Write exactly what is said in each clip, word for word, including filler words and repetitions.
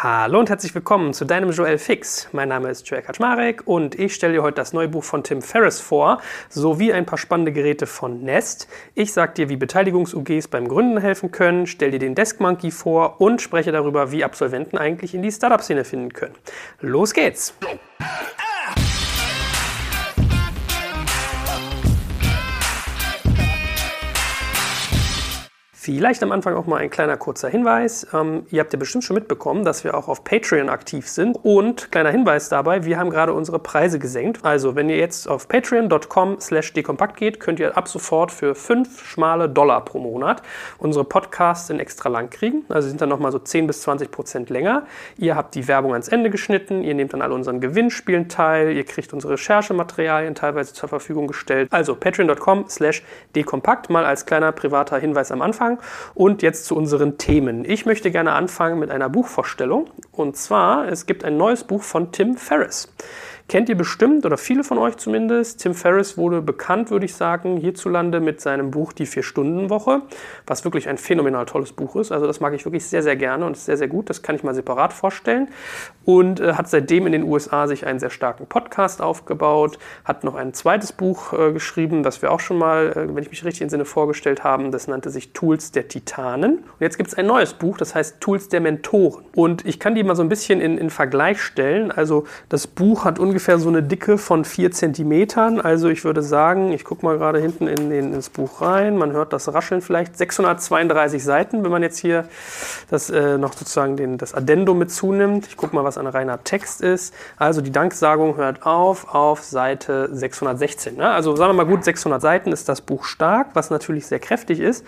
Hallo und herzlich willkommen zu deinem Joel Fix. Mein Name ist Joel Kaczmarek und ich stelle dir heute das neue Buch von Tim Ferriss vor, sowie ein paar spannende Geräte von Nest. Ich sage dir, wie Beteiligungs-U Gs beim Gründen helfen können, stelle dir den Desk Monkey vor und spreche darüber, wie Absolventen eigentlich in die Startup-Szene finden können. Los geht's! Vielleicht am Anfang auch mal ein kleiner kurzer Hinweis. Ähm, ihr habt ja bestimmt schon mitbekommen, dass wir auch auf Patreon aktiv sind. Und kleiner Hinweis dabei, wir haben gerade unsere Preise gesenkt. Also wenn ihr jetzt auf patreon dot com slash dekompakt geht, könnt ihr ab sofort für fünf schmale Dollar pro Monat unsere Podcasts in extra lang kriegen. Also sind dann nochmal so zehn bis zwanzig Prozent länger. Ihr habt die Werbung ans Ende geschnitten, ihr nehmt an all unseren Gewinnspielen teil, ihr kriegt unsere Recherchematerialien teilweise zur Verfügung gestellt. Also patreon dot com slash dekompakt, mal als kleiner privater Hinweis am Anfang. Und jetzt zu unseren Themen. Ich möchte gerne anfangen mit einer Buchvorstellung. Und zwar, es gibt ein neues Buch von Tim Ferriss. Kennt ihr bestimmt, oder viele von euch zumindest. Tim Ferriss wurde bekannt, würde ich sagen, hierzulande mit seinem Buch Die Vier-Stunden-Woche, was wirklich ein phänomenal tolles Buch ist. Also das mag ich wirklich sehr, sehr gerne und ist sehr, sehr gut. Das kann ich mal separat vorstellen. Und äh, hat seitdem in den U S A sich einen sehr starken Podcast aufgebaut, hat noch ein zweites Buch äh, geschrieben, das wir auch schon mal, äh, wenn ich mich richtig entsinne, vorgestellt haben. Das nannte sich Tools der Titanen. Und jetzt gibt es ein neues Buch, das heißt Tools der Mentoren. Und ich kann die mal so ein bisschen in, in Vergleich stellen. Also das Buch hat ungefähr ungefähr so eine Dicke von vier Zentimetern. Also ich würde sagen, ich gucke mal gerade hinten in den, ins Buch rein, man hört das Rascheln vielleicht, sechshundertzweiunddreißig Seiten, wenn man jetzt hier das äh, noch sozusagen den, das Addendum mit zunimmt. Ich gucke mal, was ein reiner Text ist. Also die Danksagung hört auf auf Seite sechshundertsechzehn. Ne? Also sagen wir mal gut, sechshundert Seiten ist das Buch stark, was natürlich sehr kräftig ist.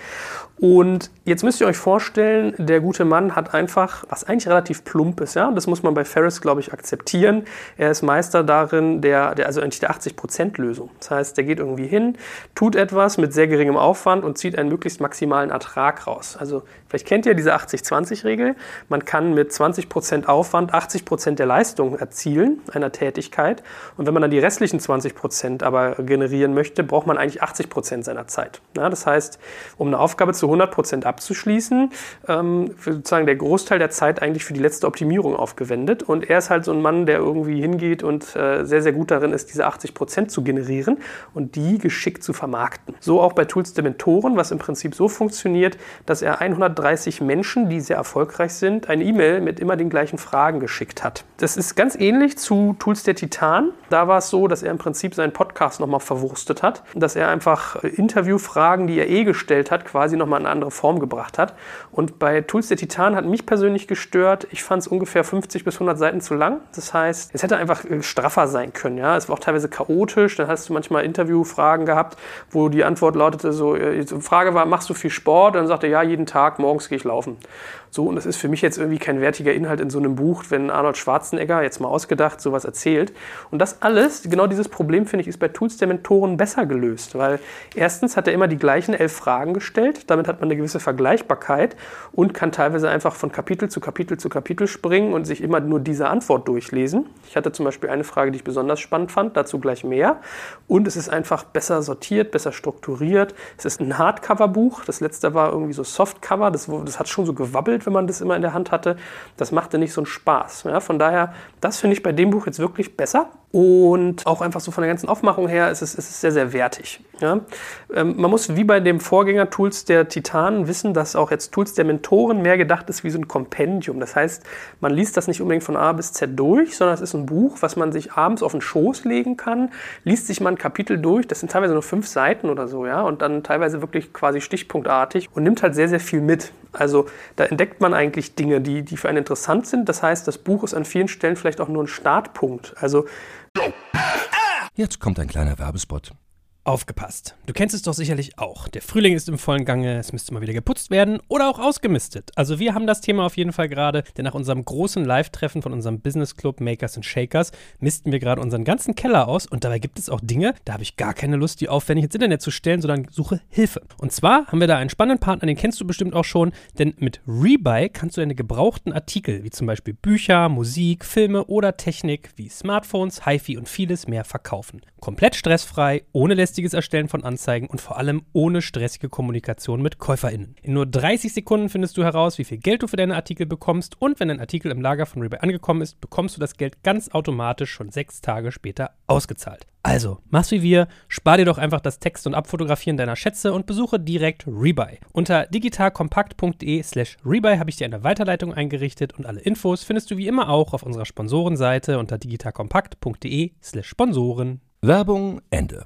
Und jetzt müsst ihr euch vorstellen, der gute Mann hat einfach, was eigentlich relativ plump ist, ja, das muss man bei Ferriss, glaube ich, akzeptieren. Er ist Meister darin, der, der also eigentlich der achtzig Prozent Lösung. Das heißt, der geht irgendwie hin, tut etwas mit sehr geringem Aufwand und zieht einen möglichst maximalen Ertrag raus. Also vielleicht kennt ihr diese achtzig zwanzig Regel. Man kann mit zwanzig Prozent Aufwand achtzig Prozent der Leistung erzielen, einer Tätigkeit. Und wenn man dann die restlichen zwanzig Prozent aber generieren möchte, braucht man eigentlich achtzig Prozent seiner Zeit. Ja, das heißt, um eine Aufgabe zu hundert Prozent abzuschließen, ähm, für sozusagen der Großteil der Zeit eigentlich für die letzte Optimierung aufgewendet. Und er ist halt so ein Mann, der irgendwie hingeht und äh, sehr, sehr gut darin ist, diese achtzig Prozent zu generieren und die geschickt zu vermarkten. So auch bei Tools der Mentoren, was im Prinzip so funktioniert, dass er hundertdreißig Menschen, die sehr erfolgreich sind, eine E-Mail mit immer den gleichen Fragen geschickt hat. Das ist ganz ähnlich zu Tools der Titan. Da war es so, dass er im Prinzip seinen Podcast nochmal verwurstet hat, dass er einfach Interviewfragen, die er eh gestellt hat, quasi nochmal in eine andere Form gebracht hat. Und bei Tools der Titan hat mich persönlich gestört, ich fand es ungefähr fünfzig bis hundert Seiten zu lang. Das heißt, es hätte einfach straffer sein können. Ja? Es war auch teilweise chaotisch. Dann hast du manchmal Interviewfragen gehabt, wo die Antwort lautete so, die Frage war, machst du viel Sport? Und dann sagte er, ja, jeden Tag, morgens gehe ich laufen. So, und das ist für mich jetzt irgendwie kein wertiger Inhalt in so einem Buch, wenn Arnold Schwarzenegger, jetzt mal ausgedacht, sowas erzählt. Und das alles, genau dieses Problem, finde ich, ist bei Tools der Mentoren besser gelöst, weil erstens hat er immer die gleichen elf Fragen gestellt, damit hat man eine gewisse Vergleichbarkeit und kann teilweise einfach von Kapitel zu Kapitel zu Kapitel springen und sich immer nur diese Antwort durchlesen. Ich hatte zum Beispiel eine Frage, die ich besonders spannend fand, dazu gleich mehr. Und es ist einfach besser sortiert, besser strukturiert. Es ist ein Hardcover-Buch, das letzte war irgendwie so Softcover, das, das hat schon so gewabbelt, wenn man das immer in der Hand hatte. Das machte nicht so einen Spaß. Ja, von daher, das finde ich bei dem Buch jetzt wirklich besser. Und auch einfach so von der ganzen Aufmachung her ist es, ist es sehr, sehr wertig. Ja? Ähm, man muss wie bei dem Vorgänger Tools der Titanen wissen, dass auch jetzt Tools der Mentoren mehr gedacht ist wie so ein Kompendium. Das heißt, man liest das nicht unbedingt von A bis Z durch, sondern es ist ein Buch, was man sich abends auf den Schoß legen kann, liest sich mal ein Kapitel durch, das sind teilweise nur fünf Seiten oder so, ja, und dann teilweise wirklich quasi stichpunktartig und nimmt halt sehr, sehr viel mit. Also da entdeckt man eigentlich Dinge, die, die für einen interessant sind. Das heißt, das Buch ist an vielen Stellen vielleicht auch nur ein Startpunkt. Also jetzt kommt ein kleiner Werbespot. Aufgepasst. Du kennst es doch sicherlich auch. Der Frühling ist im vollen Gange, es müsste mal wieder geputzt werden oder auch ausgemistet. Also wir haben das Thema auf jeden Fall gerade, denn nach unserem großen Live-Treffen von unserem Business Club Makers and Shakers misten wir gerade unseren ganzen Keller aus und dabei gibt es auch Dinge, da habe ich gar keine Lust, die aufwendig ins Internet zu stellen, sondern suche Hilfe. Und zwar haben wir da einen spannenden Partner, den kennst du bestimmt auch schon, denn mit Rebuy kannst du deine gebrauchten Artikel, wie zum Beispiel Bücher, Musik, Filme oder Technik, wie Smartphones, HiFi und vieles mehr verkaufen. Komplett stressfrei, ohne lästige günstiges Erstellen von Anzeigen und vor allem ohne stressige Kommunikation mit KäuferInnen. In nur dreißig Sekunden findest du heraus, wie viel Geld du für deine Artikel bekommst und wenn dein Artikel im Lager von Rebuy angekommen ist, bekommst du das Geld ganz automatisch schon sechs Tage später ausgezahlt. Also, mach's wie wir, spar dir doch einfach das Text- und Abfotografieren deiner Schätze und besuche direkt Rebuy. Unter digitalkompakt.de slash Rebuy habe ich dir eine Weiterleitung eingerichtet und alle Infos findest du wie immer auch auf unserer Sponsorenseite unter digitalkompakt.de slash Sponsoren. Werbung Ende.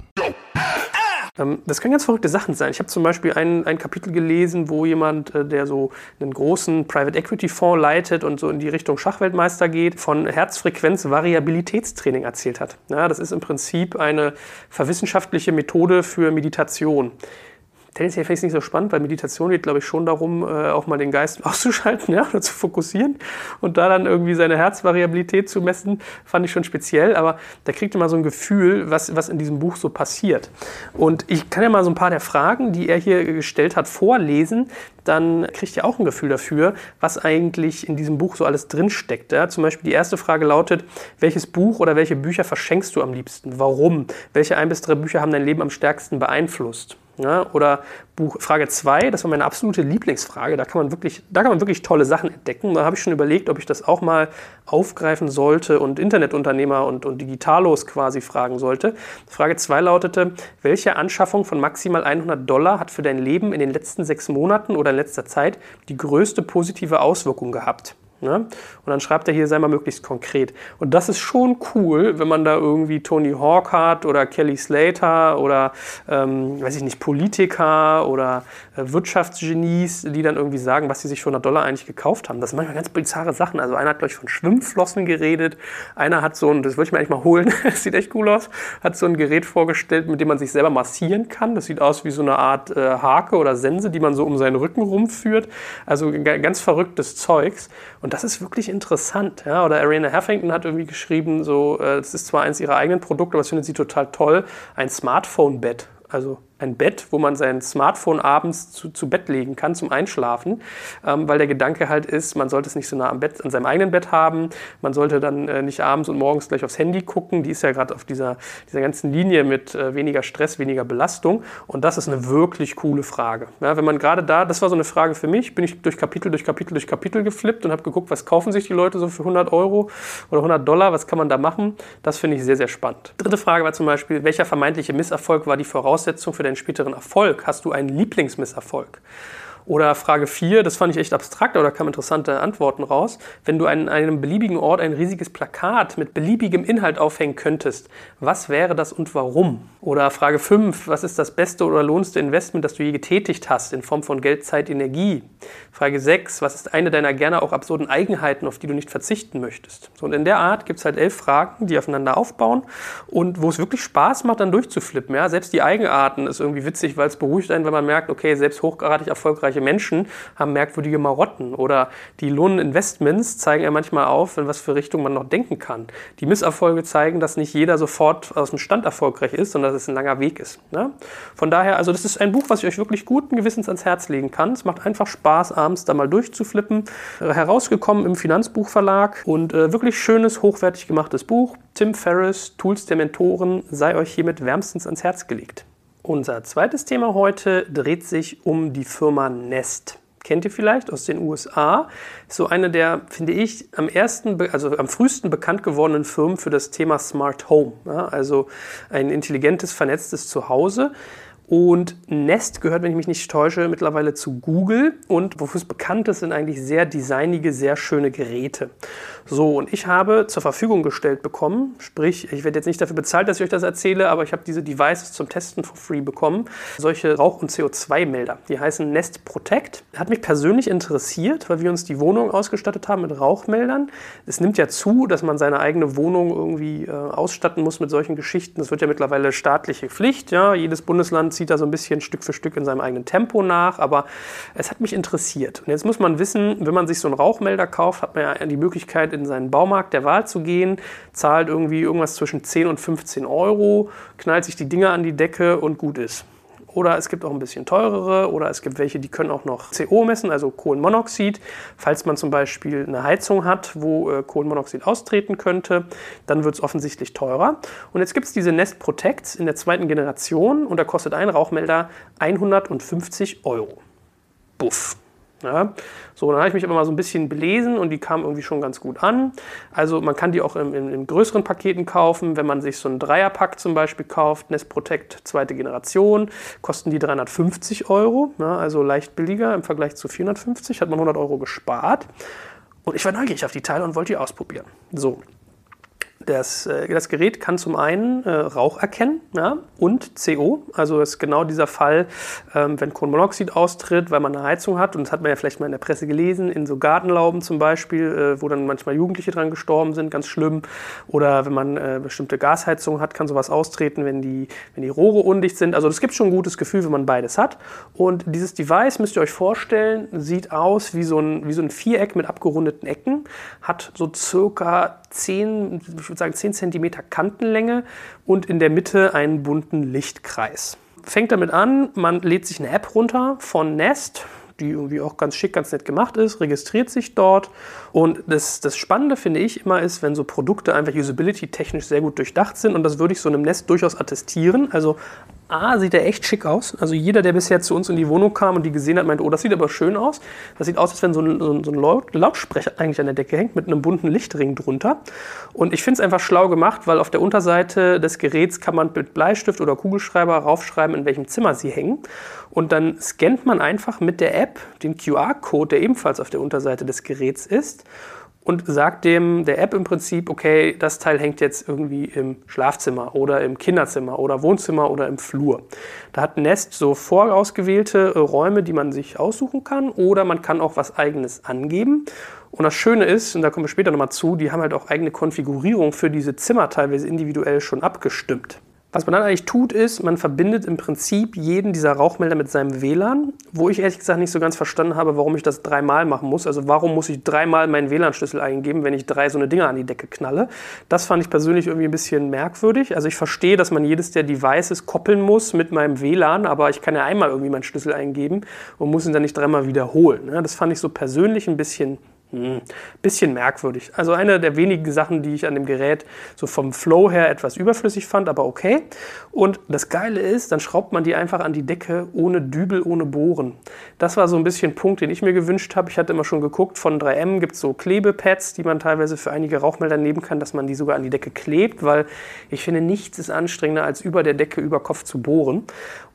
Das können ganz verrückte Sachen sein. Ich habe zum Beispiel ein, ein Kapitel gelesen, wo jemand, der so einen großen Private Equity Fonds leitet und so in die Richtung Schachweltmeister geht, von Herzfrequenz-Variabilitätstraining erzählt hat. Ja, das ist im Prinzip eine verwissenschaftliche Methode für Meditation. Tendenziell finde ich es nicht so spannend, weil Meditation geht, glaube ich, schon darum, äh, auch mal den Geist auszuschalten, ja, oder zu fokussieren und da dann irgendwie seine Herzvariabilität zu messen, fand ich schon speziell, aber da kriegt man mal so ein Gefühl, was, was in diesem Buch so passiert. Und ich kann ja mal so ein paar der Fragen, die er hier gestellt hat, vorlesen, dann kriegt ihr auch ein Gefühl dafür, was eigentlich in diesem Buch so alles drinsteckt. Ja? Zum Beispiel die erste Frage lautet, welches Buch oder welche Bücher verschenkst du am liebsten? Warum? Welche ein bis drei Bücher haben dein Leben am stärksten beeinflusst? Ja, oder Buch, Frage zwei, das war meine absolute Lieblingsfrage, da kann man wirklich, da kann man wirklich tolle Sachen entdecken. Da habe ich schon überlegt, ob ich das auch mal aufgreifen sollte und Internetunternehmer und, und Digitalos quasi fragen sollte. Frage zwei lautete, welche Anschaffung von maximal hundert Dollar hat für dein Leben in den letzten sechs Monaten oder in letzter Zeit die größte positive Auswirkung gehabt? Ne? Und dann schreibt er hier, sei mal möglichst konkret. Und das ist schon cool, wenn man da irgendwie Tony Hawk hat oder Kelly Slater oder, ähm, weiß ich nicht, Politiker oder äh, Wirtschaftsgenies, die dann irgendwie sagen, was sie sich für hundert Dollar eigentlich gekauft haben. Das sind manchmal ganz bizarre Sachen. Also einer hat, glaube ich, von Schwimmflossen geredet. Einer hat so ein, das würde ich mir eigentlich mal holen, das sieht echt cool aus, hat so ein Gerät vorgestellt, mit dem man sich selber massieren kann. Das sieht aus wie so eine Art äh, Hake oder Sense, die man so um seinen Rücken rumführt. Also g- ganz verrücktes Zeugs. Und das ist wirklich interessant. Ja? Oder Arianna Huffington hat irgendwie geschrieben, so, äh, das ist zwar eins ihrer eigenen Produkte, aber das findet sie total toll, ein Smartphone-Bett. Also ein Bett, wo man sein Smartphone abends zu, zu Bett legen kann, zum Einschlafen, ähm, weil der Gedanke halt ist, man sollte es nicht so nah am Bett, an seinem eigenen Bett haben, man sollte dann äh, nicht abends und morgens gleich aufs Handy gucken, die ist ja gerade auf dieser, dieser ganzen Linie mit äh, weniger Stress, weniger Belastung und das ist eine wirklich coole Frage. Ja, wenn man gerade da, das war so eine Frage für mich, bin ich durch Kapitel, durch Kapitel, durch Kapitel geflippt und habe geguckt, was kaufen sich die Leute so für hundert Euro oder hundert Dollar, was kann man da machen, das finde ich sehr, sehr spannend. Dritte Frage war zum Beispiel, welcher vermeintliche Misserfolg war die Voraussetzung für deinen späteren Erfolg? Hast du einen Lieblingsmisserfolg? Oder Frage vier, das fand ich echt abstrakt, aber da kamen interessante Antworten raus. Wenn du an einem beliebigen Ort ein riesiges Plakat mit beliebigem Inhalt aufhängen könntest, was wäre das und warum? Oder Frage fünf, was ist das beste oder lohnendste Investment, das du je getätigt hast, in Form von Geld, Zeit, Energie? Frage sechs, was ist eine deiner gerne auch absurden Eigenheiten, auf die du nicht verzichten möchtest? So, und in der Art gibt es halt elf Fragen, die aufeinander aufbauen und wo es wirklich Spaß macht, dann durchzuflippen. Ja? Selbst die Eigenarten ist irgendwie witzig, weil es beruhigt einen, wenn man merkt, okay, selbst hochgradig erfolgreich Menschen haben merkwürdige Marotten oder die Lohninvestments zeigen ja manchmal auf, in was für Richtung man noch denken kann. Die Misserfolge zeigen, dass nicht jeder sofort aus dem Stand erfolgreich ist, sondern dass es ein langer Weg ist. Ne? Von daher, also das ist ein Buch, was ich euch wirklich guten Gewissens ans Herz legen kann. Es macht einfach Spaß, abends da mal durchzuflippen. Herausgekommen im Finanzbuchverlag und äh, wirklich schönes, hochwertig gemachtes Buch. Tim Ferriss, Tools der Mentoren, sei euch hiermit wärmstens ans Herz gelegt. Unser zweites Thema heute dreht sich um die Firma Nest. Kennt ihr vielleicht aus den U S A? Ist so eine der, finde ich, am ersten, also am frühesten bekannt gewordenen Firmen für das Thema Smart Home. Ja, also ein intelligentes, vernetztes Zuhause. Und Nest gehört, wenn ich mich nicht täusche, mittlerweile zu Google und wofür es bekannt ist, sind eigentlich sehr designige, sehr schöne Geräte. So, und ich habe zur Verfügung gestellt bekommen, sprich, ich werde jetzt nicht dafür bezahlt, dass ich euch das erzähle, aber ich habe diese Devices zum Testen for free bekommen, solche Rauch- und C O zwei Melder. Die heißen Nest Protect. Hat mich persönlich interessiert, weil wir uns die Wohnung ausgestattet haben mit Rauchmeldern. Es nimmt ja zu, dass man seine eigene Wohnung irgendwie äh, ausstatten muss mit solchen Geschichten. Das wird ja mittlerweile staatliche Pflicht. Ja? Jedes Bundesland zieht da so ein bisschen Stück für Stück in seinem eigenen Tempo nach, aber es hat mich interessiert. Und jetzt muss man wissen, wenn man sich so einen Rauchmelder kauft, hat man ja die Möglichkeit, in seinen Baumarkt der Wahl zu gehen, zahlt irgendwie irgendwas zwischen zehn und fünfzehn Euro, knallt sich die Dinger an die Decke und gut ist. Oder es gibt auch ein bisschen teurere oder es gibt welche, die können auch noch C O messen, also Kohlenmonoxid. Falls man zum Beispiel eine Heizung hat, wo äh, Kohlenmonoxid austreten könnte, dann wird es offensichtlich teurer. Und jetzt gibt es diese Nest Protects in der zweiten Generation und da kostet ein Rauchmelder hundertfünfzig Euro. Buff. Ja, so, dann habe ich mich aber mal so ein bisschen belesen und die kamen irgendwie schon ganz gut an. Also man kann die auch in, in, in größeren Paketen kaufen. Wenn man sich so einen Dreierpack zum Beispiel kauft, Nest Protect zweite Generation, kosten die dreihundertfünfzig Euro. Ja, also leicht billiger im Vergleich zu vierhundertfünfzig, hat man hundert Euro gespart. Und ich war neugierig auf die Teile und wollte die ausprobieren. So. Das, äh, das Gerät kann zum einen äh, Rauch erkennen, ja, und C O. Also das ist genau dieser Fall, ähm, wenn Kohlenmonoxid austritt, weil man eine Heizung hat. Und das hat man ja vielleicht mal in der Presse gelesen, in so Gartenlauben zum Beispiel, äh, wo dann manchmal Jugendliche dran gestorben sind, ganz schlimm. Oder wenn man äh, bestimmte Gasheizungen hat, kann sowas austreten, wenn die, wenn die Rohre undicht sind. Also das gibt schon ein gutes Gefühl, wenn man beides hat. Und dieses Device, müsst ihr euch vorstellen, sieht aus wie so ein, wie so ein Viereck mit abgerundeten Ecken, hat so circa zehn, ich würde sagen zehn Zentimeter Kantenlänge und in der Mitte einen bunten Lichtkreis. Fängt damit an, man lädt sich eine App runter von Nest, die irgendwie auch ganz schick, ganz nett gemacht ist, registriert sich dort. Und das, das Spannende, finde ich, immer ist, wenn so Produkte einfach usability-technisch sehr gut durchdacht sind. Und das würde ich so einem Nest durchaus attestieren. Also A, sieht er echt schick aus. Also jeder, der bisher zu uns in die Wohnung kam und die gesehen hat, meint, oh, das sieht aber schön aus. Das sieht aus, als wenn so ein, so ein, so ein Laut, Lautsprecher eigentlich an der Decke hängt mit einem bunten Lichtring drunter. Und ich finde es einfach schlau gemacht, weil auf der Unterseite des Geräts kann man mit Bleistift oder Kugelschreiber raufschreiben, in welchem Zimmer sie hängen. Und dann scannt man einfach mit der App den Q R-Code, der ebenfalls auf der Unterseite des Geräts ist, und sagt dem der App im Prinzip, okay, das Teil hängt jetzt irgendwie im Schlafzimmer oder im Kinderzimmer oder Wohnzimmer oder im Flur. Da hat Nest so vorausgewählte Räume, die man sich aussuchen kann, oder man kann auch was Eigenes angeben. Und das Schöne ist, und da kommen wir später nochmal zu, die haben halt auch eigene Konfigurierung für diese Zimmer teilweise individuell schon abgestimmt. Was man dann eigentlich tut, ist, man verbindet im Prinzip jeden dieser Rauchmelder mit seinem W L A N, wo ich ehrlich gesagt nicht so ganz verstanden habe, warum ich das dreimal machen muss. Also warum muss ich dreimal meinen W L A N-Schlüssel eingeben, wenn ich drei so eine Dinger an die Decke knalle. Das fand ich persönlich irgendwie ein bisschen merkwürdig. Also ich verstehe, dass man jedes der Devices koppeln muss mit meinem W L A N, aber ich kann ja einmal irgendwie meinen Schlüssel eingeben und muss ihn dann nicht dreimal wiederholen. Das fand ich so persönlich ein bisschen... Hm, bisschen merkwürdig. Also eine der wenigen Sachen, die ich an dem Gerät so vom Flow her etwas überflüssig fand, aber okay. Und das Geile ist, dann schraubt man die einfach an die Decke ohne Dübel, ohne Bohren. Das war so ein bisschen ein Punkt, den ich mir gewünscht habe. Ich hatte immer schon geguckt, von drei M gibt es so Klebepads, die man teilweise für einige Rauchmelder nehmen kann, dass man die sogar an die Decke klebt, weil ich finde, nichts ist anstrengender, als über der Decke über Kopf zu bohren.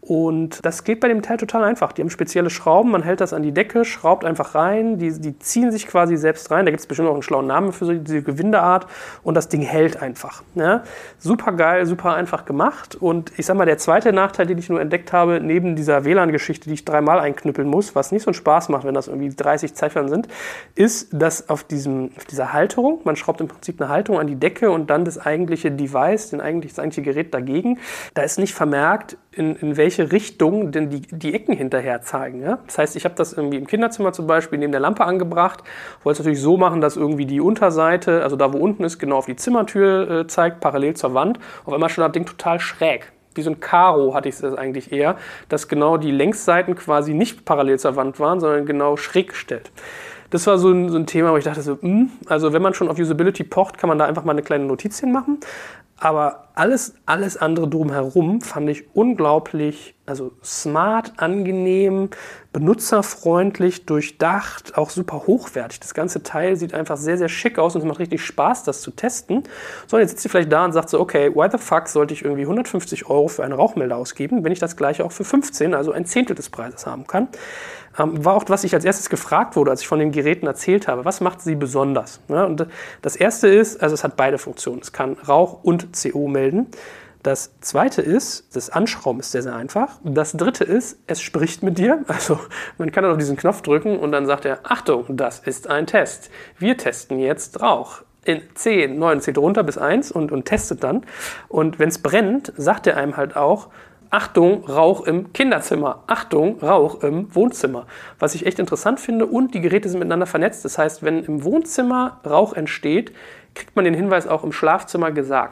Und das geht bei dem Teil total einfach. Die haben spezielle Schrauben, man hält das an die Decke, schraubt einfach rein, die, die ziehen sich quasi selbst rein. Da gibt es bestimmt auch einen schlauen Namen für so diese Gewindeart und das Ding hält einfach. Ja? Super geil, super einfach gemacht. Und ich sag mal, der zweite Nachteil, den ich nur entdeckt habe, neben dieser W L A N-Geschichte, die ich dreimal einknüppeln muss, was nicht so einen Spaß macht, wenn das irgendwie dreißig Ziffern sind, ist, dass auf, diesem, auf dieser Halterung, man schraubt im Prinzip eine Halterung an die Decke und dann das eigentliche Device, den eigentlich, das eigentliche Gerät dagegen, da ist nicht vermerkt, in, in welche Richtung denn die, die Ecken hinterher zeigen. Ja? Das heißt, ich habe das irgendwie im Kinderzimmer zum Beispiel neben der Lampe angebracht, wollte es natürlich so machen, dass irgendwie die Unterseite, also da wo unten ist, genau auf die Zimmertür äh, zeigt, parallel zur Wand. Auf einmal stand das Ding total schräg. Wie so ein Karo hatte ich es eigentlich eher, dass genau die Längsseiten quasi nicht parallel zur Wand waren, sondern genau schräg gestellt. Das war so ein, so ein Thema, wo ich dachte so, mh, also wenn man schon auf Usability pocht, kann man da einfach mal eine kleine Notiz hinmachen. Aber alles, alles andere drumherum fand ich unglaublich, also smart, angenehm, benutzerfreundlich, durchdacht, auch super hochwertig. Das ganze Teil sieht einfach sehr, sehr schick aus und es macht richtig Spaß, das zu testen. So, und jetzt sitzt ihr vielleicht da und sagt so, okay, why the fuck sollte ich irgendwie hundertfünfzig Euro für einen Rauchmelder ausgeben, wenn ich das gleiche auch für fünfzehn, also ein Zehntel des Preises haben kann. Ähm, war auch, was ich als erstes gefragt wurde, als ich von den Geräten erzählt habe. Was macht sie besonders? Ja, und das erste ist, also es hat beide Funktionen. Es kann Rauch und C O melden. Das zweite ist, das Anschrauben ist sehr, sehr einfach. Das dritte ist, es spricht mit dir. Also man kann dann auf diesen Knopf drücken und dann sagt er, Achtung, das ist ein Test. Wir testen jetzt Rauch. In zehn, neun, zählt runter bis eins und, und testet dann. Und wenn es brennt, sagt er einem halt auch, Achtung, Rauch im Kinderzimmer. Achtung, Rauch im Wohnzimmer. Was ich echt interessant finde, und die Geräte sind miteinander vernetzt. Das heißt, wenn im Wohnzimmer Rauch entsteht, kriegt man den Hinweis auch im Schlafzimmer gesagt.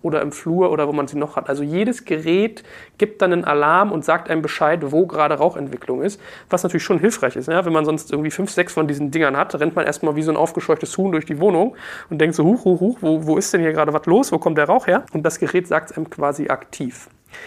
oder im Flur oder wo man sie noch hat. Also jedes Gerät gibt dann einen Alarm und sagt einem Bescheid, wo gerade Rauchentwicklung ist, was natürlich schon hilfreich ist. Ja? Wenn man sonst irgendwie fünf, sechs von diesen Dingern hat, rennt man erstmal wie so ein aufgescheuchtes Huhn durch die Wohnung und denkt so, huch, huch, huch, wo, wo ist denn hier gerade was los, wo kommt der Rauch her? Und das Gerät sagt es einem quasi aktiv.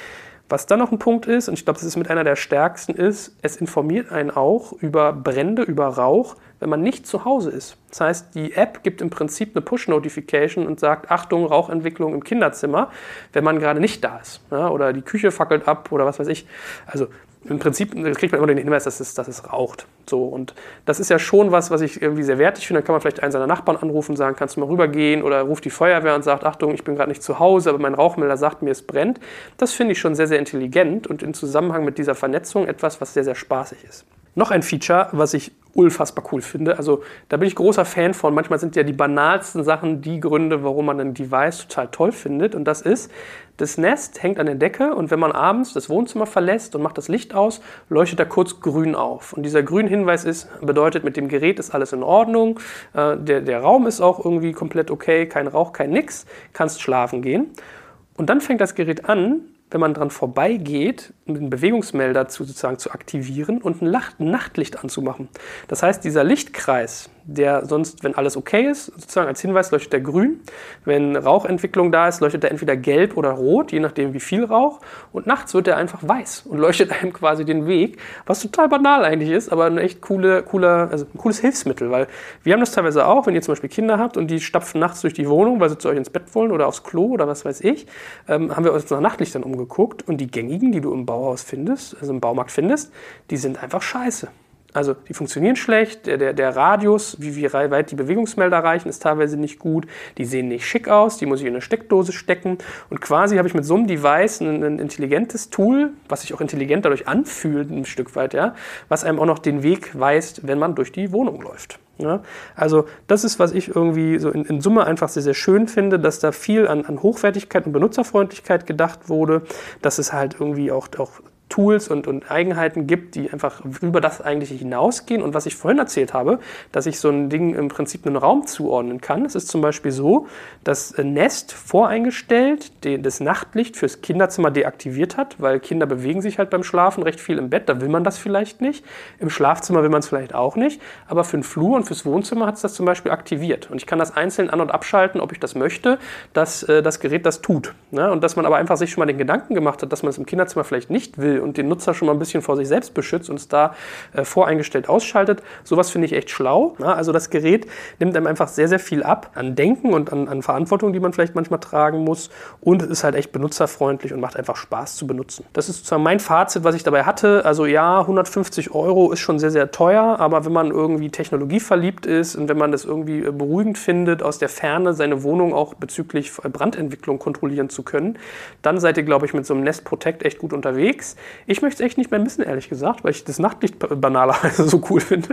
Was dann noch ein Punkt ist, und ich glaube, das ist mit einer der stärksten, ist, es informiert einen auch über Brände, über Rauch, wenn man nicht zu Hause ist. Das heißt, die App gibt im Prinzip eine Push-Notification und sagt, Achtung, Rauchentwicklung im Kinderzimmer, wenn man gerade nicht da ist. Ja, oder die Küche fackelt ab oder was weiß ich. Also im Prinzip kriegt man immer den Hinweis, dass es, dass es raucht. So, und das ist ja schon was, was ich irgendwie sehr wertig finde. Dann kann man vielleicht einen seiner Nachbarn anrufen und sagen, kannst du mal rübergehen? Oder ruft die Feuerwehr und sagt, Achtung, ich bin gerade nicht zu Hause, aber mein Rauchmelder sagt mir, es brennt. Das finde ich schon sehr, sehr intelligent und im Zusammenhang mit dieser Vernetzung etwas, was sehr, sehr spaßig ist. Noch ein Feature, was ich unfassbar cool finde. Also da bin ich großer Fan von. Manchmal sind ja die banalsten Sachen die Gründe, warum man ein Device total toll findet. Und das ist, das Nest hängt an der Decke und wenn man abends das Wohnzimmer verlässt und macht das Licht aus, leuchtet er kurz grün auf. Und dieser grüne Hinweis ist, bedeutet, mit dem Gerät ist alles in Ordnung, äh, der, der Raum ist auch irgendwie komplett okay, kein Rauch, kein nix, kannst schlafen gehen. Und dann fängt das Gerät an, wenn man dran vorbeigeht, einen Bewegungsmelder zu, sozusagen zu aktivieren und ein, Lacht, ein Nachtlicht anzumachen. Das heißt, dieser Lichtkreis, der sonst, wenn alles okay ist, sozusagen als Hinweis leuchtet der grün. Wenn Rauchentwicklung da ist, leuchtet er entweder gelb oder rot, je nachdem wie viel Rauch. Und nachts wird er einfach weiß und leuchtet einem quasi den Weg, was total banal eigentlich ist, aber ein echt coole, cooler, also ein cooles Hilfsmittel. Weil wir haben das teilweise auch, wenn ihr zum Beispiel Kinder habt und die stapfen nachts durch die Wohnung, weil sie zu euch ins Bett wollen oder aufs Klo oder was weiß ich, ähm, haben wir uns nach Nachtlichtern umgeguckt und die gängigen, die du im Bauhaus findest, also im Baumarkt findest, die sind einfach scheiße. Also die funktionieren schlecht, der, der, der Radius, wie, wie weit die Bewegungsmelder reichen, ist teilweise nicht gut. Die sehen nicht schick aus, die muss ich in eine Steckdose stecken. Und quasi habe ich mit so einem Device ein, ein intelligentes Tool, was sich auch intelligent dadurch anfühlt, ein Stück weit, ja, was einem auch noch den Weg weist, wenn man durch die Wohnung läuft. Ja, also das ist, was ich irgendwie so in, in Summe einfach sehr, sehr schön finde, dass da viel an, an Hochwertigkeit und Benutzerfreundlichkeit gedacht wurde, dass es halt irgendwie auch, auch Tools und, und Eigenheiten gibt, die einfach über das eigentlich hinausgehen. Und was ich vorhin erzählt habe, dass ich so ein Ding im Prinzip einen Raum zuordnen kann. Es ist zum Beispiel so, dass Nest voreingestellt die, das Nachtlicht fürs Kinderzimmer deaktiviert hat, weil Kinder bewegen sich halt beim Schlafen recht viel im Bett, da will man das vielleicht nicht. Im Schlafzimmer will man es vielleicht auch nicht, aber für den Flur und fürs Wohnzimmer hat es das zum Beispiel aktiviert. Und ich kann das einzeln an- und abschalten, ob ich das möchte, dass äh, das Gerät das tut. Ne? Und dass man aber einfach sich schon mal den Gedanken gemacht hat, dass man es im Kinderzimmer vielleicht nicht will und den Nutzer schon mal ein bisschen vor sich selbst beschützt und es da äh, voreingestellt ausschaltet. Sowas finde ich echt schlau. Ja, also das Gerät nimmt einem einfach sehr, sehr viel ab an Denken und an, an Verantwortung, die man vielleicht manchmal tragen muss. Und es ist halt echt benutzerfreundlich und macht einfach Spaß zu benutzen. Das ist sozusagen mein Fazit, was ich dabei hatte. Also ja, hundertfünfzig Euro ist schon sehr, sehr teuer, aber wenn man irgendwie technologieverliebt ist und wenn man das irgendwie beruhigend findet, aus der Ferne seine Wohnung auch bezüglich Brandentwicklung kontrollieren zu können, dann seid ihr, glaube ich, mit so einem Nest Protect echt gut unterwegs. Ich möchte es echt nicht mehr missen, ehrlich gesagt, weil ich das Nachtlicht banalerweise so cool finde.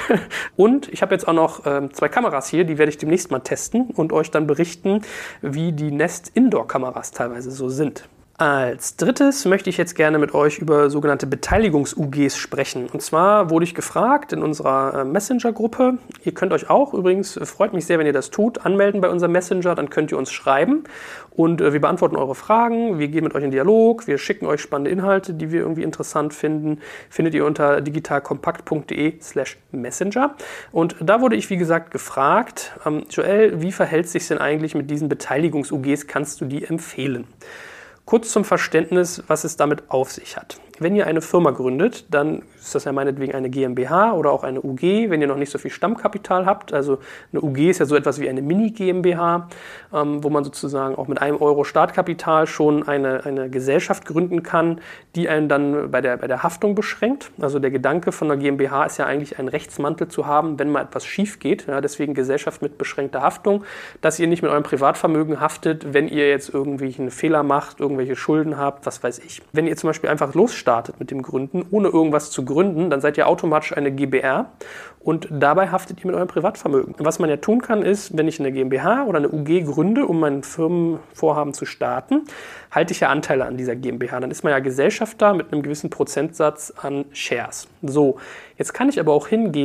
Und ich habe jetzt auch noch äh, zwei Kameras hier, die werde ich demnächst mal testen und euch dann berichten, wie die Nest Indoor-Kameras teilweise so sind. Als drittes möchte ich jetzt gerne mit euch über sogenannte Beteiligungs-U Gs sprechen. Und zwar wurde ich gefragt in unserer Messenger-Gruppe, ihr könnt euch auch, übrigens, freut mich sehr, wenn ihr das tut, anmelden bei unserem Messenger, dann könnt ihr uns schreiben und wir beantworten eure Fragen, wir gehen mit euch in Dialog, wir schicken euch spannende Inhalte, die wir irgendwie interessant finden, findet ihr unter digitalkompakt.de slash messenger. Und da wurde ich, wie gesagt, gefragt, ähm, Joel, wie verhält es sich denn eigentlich mit diesen Beteiligungs-U Gs, kannst du die empfehlen? Kurz zum Verständnis, was es damit auf sich hat. Wenn ihr eine Firma gründet, dann ist das ja meinetwegen eine GmbH oder auch eine U G, wenn ihr noch nicht so viel Stammkapital habt. Also eine U G ist ja so etwas wie eine Mini-GmbH, ähm, wo man sozusagen auch mit einem Euro Startkapital schon eine, eine Gesellschaft gründen kann, die einen dann bei der, bei der Haftung beschränkt. Also der Gedanke von einer GmbH ist ja eigentlich, einen Rechtsmantel zu haben, wenn mal etwas schief geht. Ja, deswegen Gesellschaft mit beschränkter Haftung, dass ihr nicht mit eurem Privatvermögen haftet, wenn ihr jetzt irgendwie einen Fehler macht, irgendwelche Schulden habt, was weiß ich. Wenn ihr zum Beispiel einfach losstartet, startet mit dem Gründen, ohne irgendwas zu gründen, dann seid ihr automatisch eine GbR und dabei haftet ihr mit eurem Privatvermögen. Was man ja tun kann, ist, wenn ich eine GmbH oder eine U G gründe, um mein Firmenvorhaben zu starten, halte ich ja Anteile an dieser GmbH. Dann ist man ja Gesellschafter mit einem gewissen Prozentsatz an Shares. So, jetzt kann ich aber auch hingehen,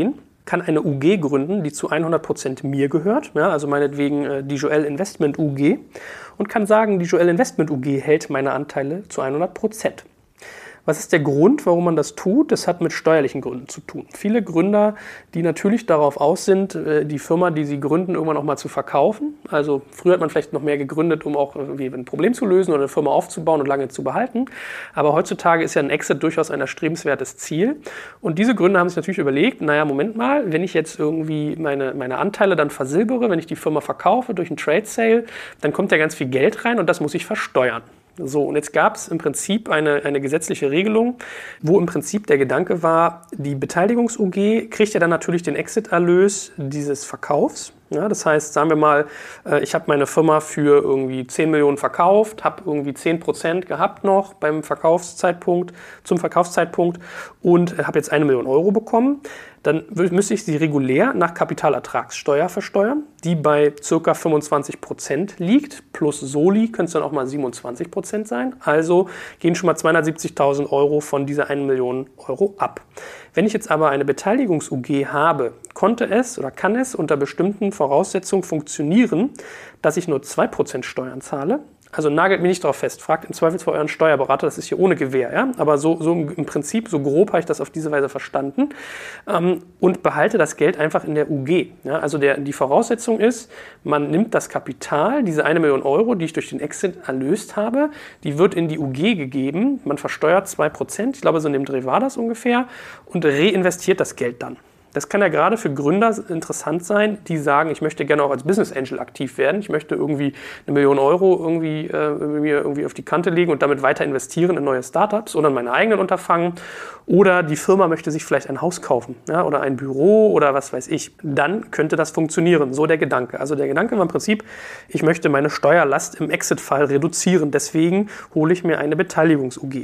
kann eine U G gründen, die zu hundert Prozent mir gehört, ja, also meinetwegen äh, die Joel Investment U G, und kann sagen, die Joel Investment U G hält meine Anteile zu hundert Prozent. Was ist der Grund, warum man das tut? Das hat mit steuerlichen Gründen zu tun. Viele Gründer, die natürlich darauf aus sind, die Firma, die sie gründen, irgendwann auch mal zu verkaufen. Also früher hat man vielleicht noch mehr gegründet, um auch irgendwie ein Problem zu lösen oder eine Firma aufzubauen und lange zu behalten. Aber heutzutage ist ja ein Exit durchaus ein erstrebenswertes Ziel. Und diese Gründer haben sich natürlich überlegt, naja, Moment mal, wenn ich jetzt irgendwie meine, meine Anteile dann versilbere, wenn ich die Firma verkaufe durch einen Trade Sale, dann kommt ja ganz viel Geld rein und das muss ich versteuern. So, und jetzt gab es im Prinzip eine, eine gesetzliche Regelung, wo im Prinzip der Gedanke war, die Beteiligungs-U G kriegt ja dann natürlich den Exit-Erlös dieses Verkaufs. Ja, das heißt, sagen wir mal, ich habe meine Firma für irgendwie zehn Millionen verkauft, habe irgendwie zehn Prozent gehabt noch beim Verkaufszeitpunkt, zum Verkaufszeitpunkt und habe jetzt eine Million Euro bekommen. Dann müsste ich sie regulär nach Kapitalertragssteuer versteuern, die bei ca. fünfundzwanzig Prozent liegt. Plus Soli können es dann auch mal siebenundzwanzig Prozent sein. Also gehen schon mal zweihundertsiebzigtausend Euro von dieser eine Million Euro ab. Wenn ich jetzt aber eine Beteiligungs-U G habe, konnte es oder kann es unter bestimmten Voraussetzungen funktionieren, dass ich nur zwei Prozent Steuern zahle. Also nagelt mich nicht darauf fest, fragt im Zweifelsfall euren Steuerberater, das ist hier ohne Gewähr, ja? Aber so, so im Prinzip, so grob habe ich das auf diese Weise verstanden, ähm, und behalte das Geld einfach in der U G. Ja? Also der, die Voraussetzung ist, man nimmt das Kapital, diese eine Million Euro, die ich durch den Exit erlöst habe, die wird in die U G gegeben, man versteuert zwei Prozent, ich glaube so in dem Dreh war das ungefähr, und reinvestiert das Geld dann. Das kann ja gerade für Gründer interessant sein, die sagen, ich möchte gerne auch als Business Angel aktiv werden. Ich möchte irgendwie eine Million Euro irgendwie, äh, mir irgendwie auf die Kante legen und damit weiter investieren in neue Startups oder in meine eigenen Unterfangen. Oder die Firma möchte sich vielleicht ein Haus kaufen, ja, oder ein Büro oder was weiß ich. Dann könnte das funktionieren. So der Gedanke. Also der Gedanke war im Prinzip, ich möchte meine Steuerlast im Exit-Fall reduzieren. Deswegen hole ich mir eine Beteiligungs-U G.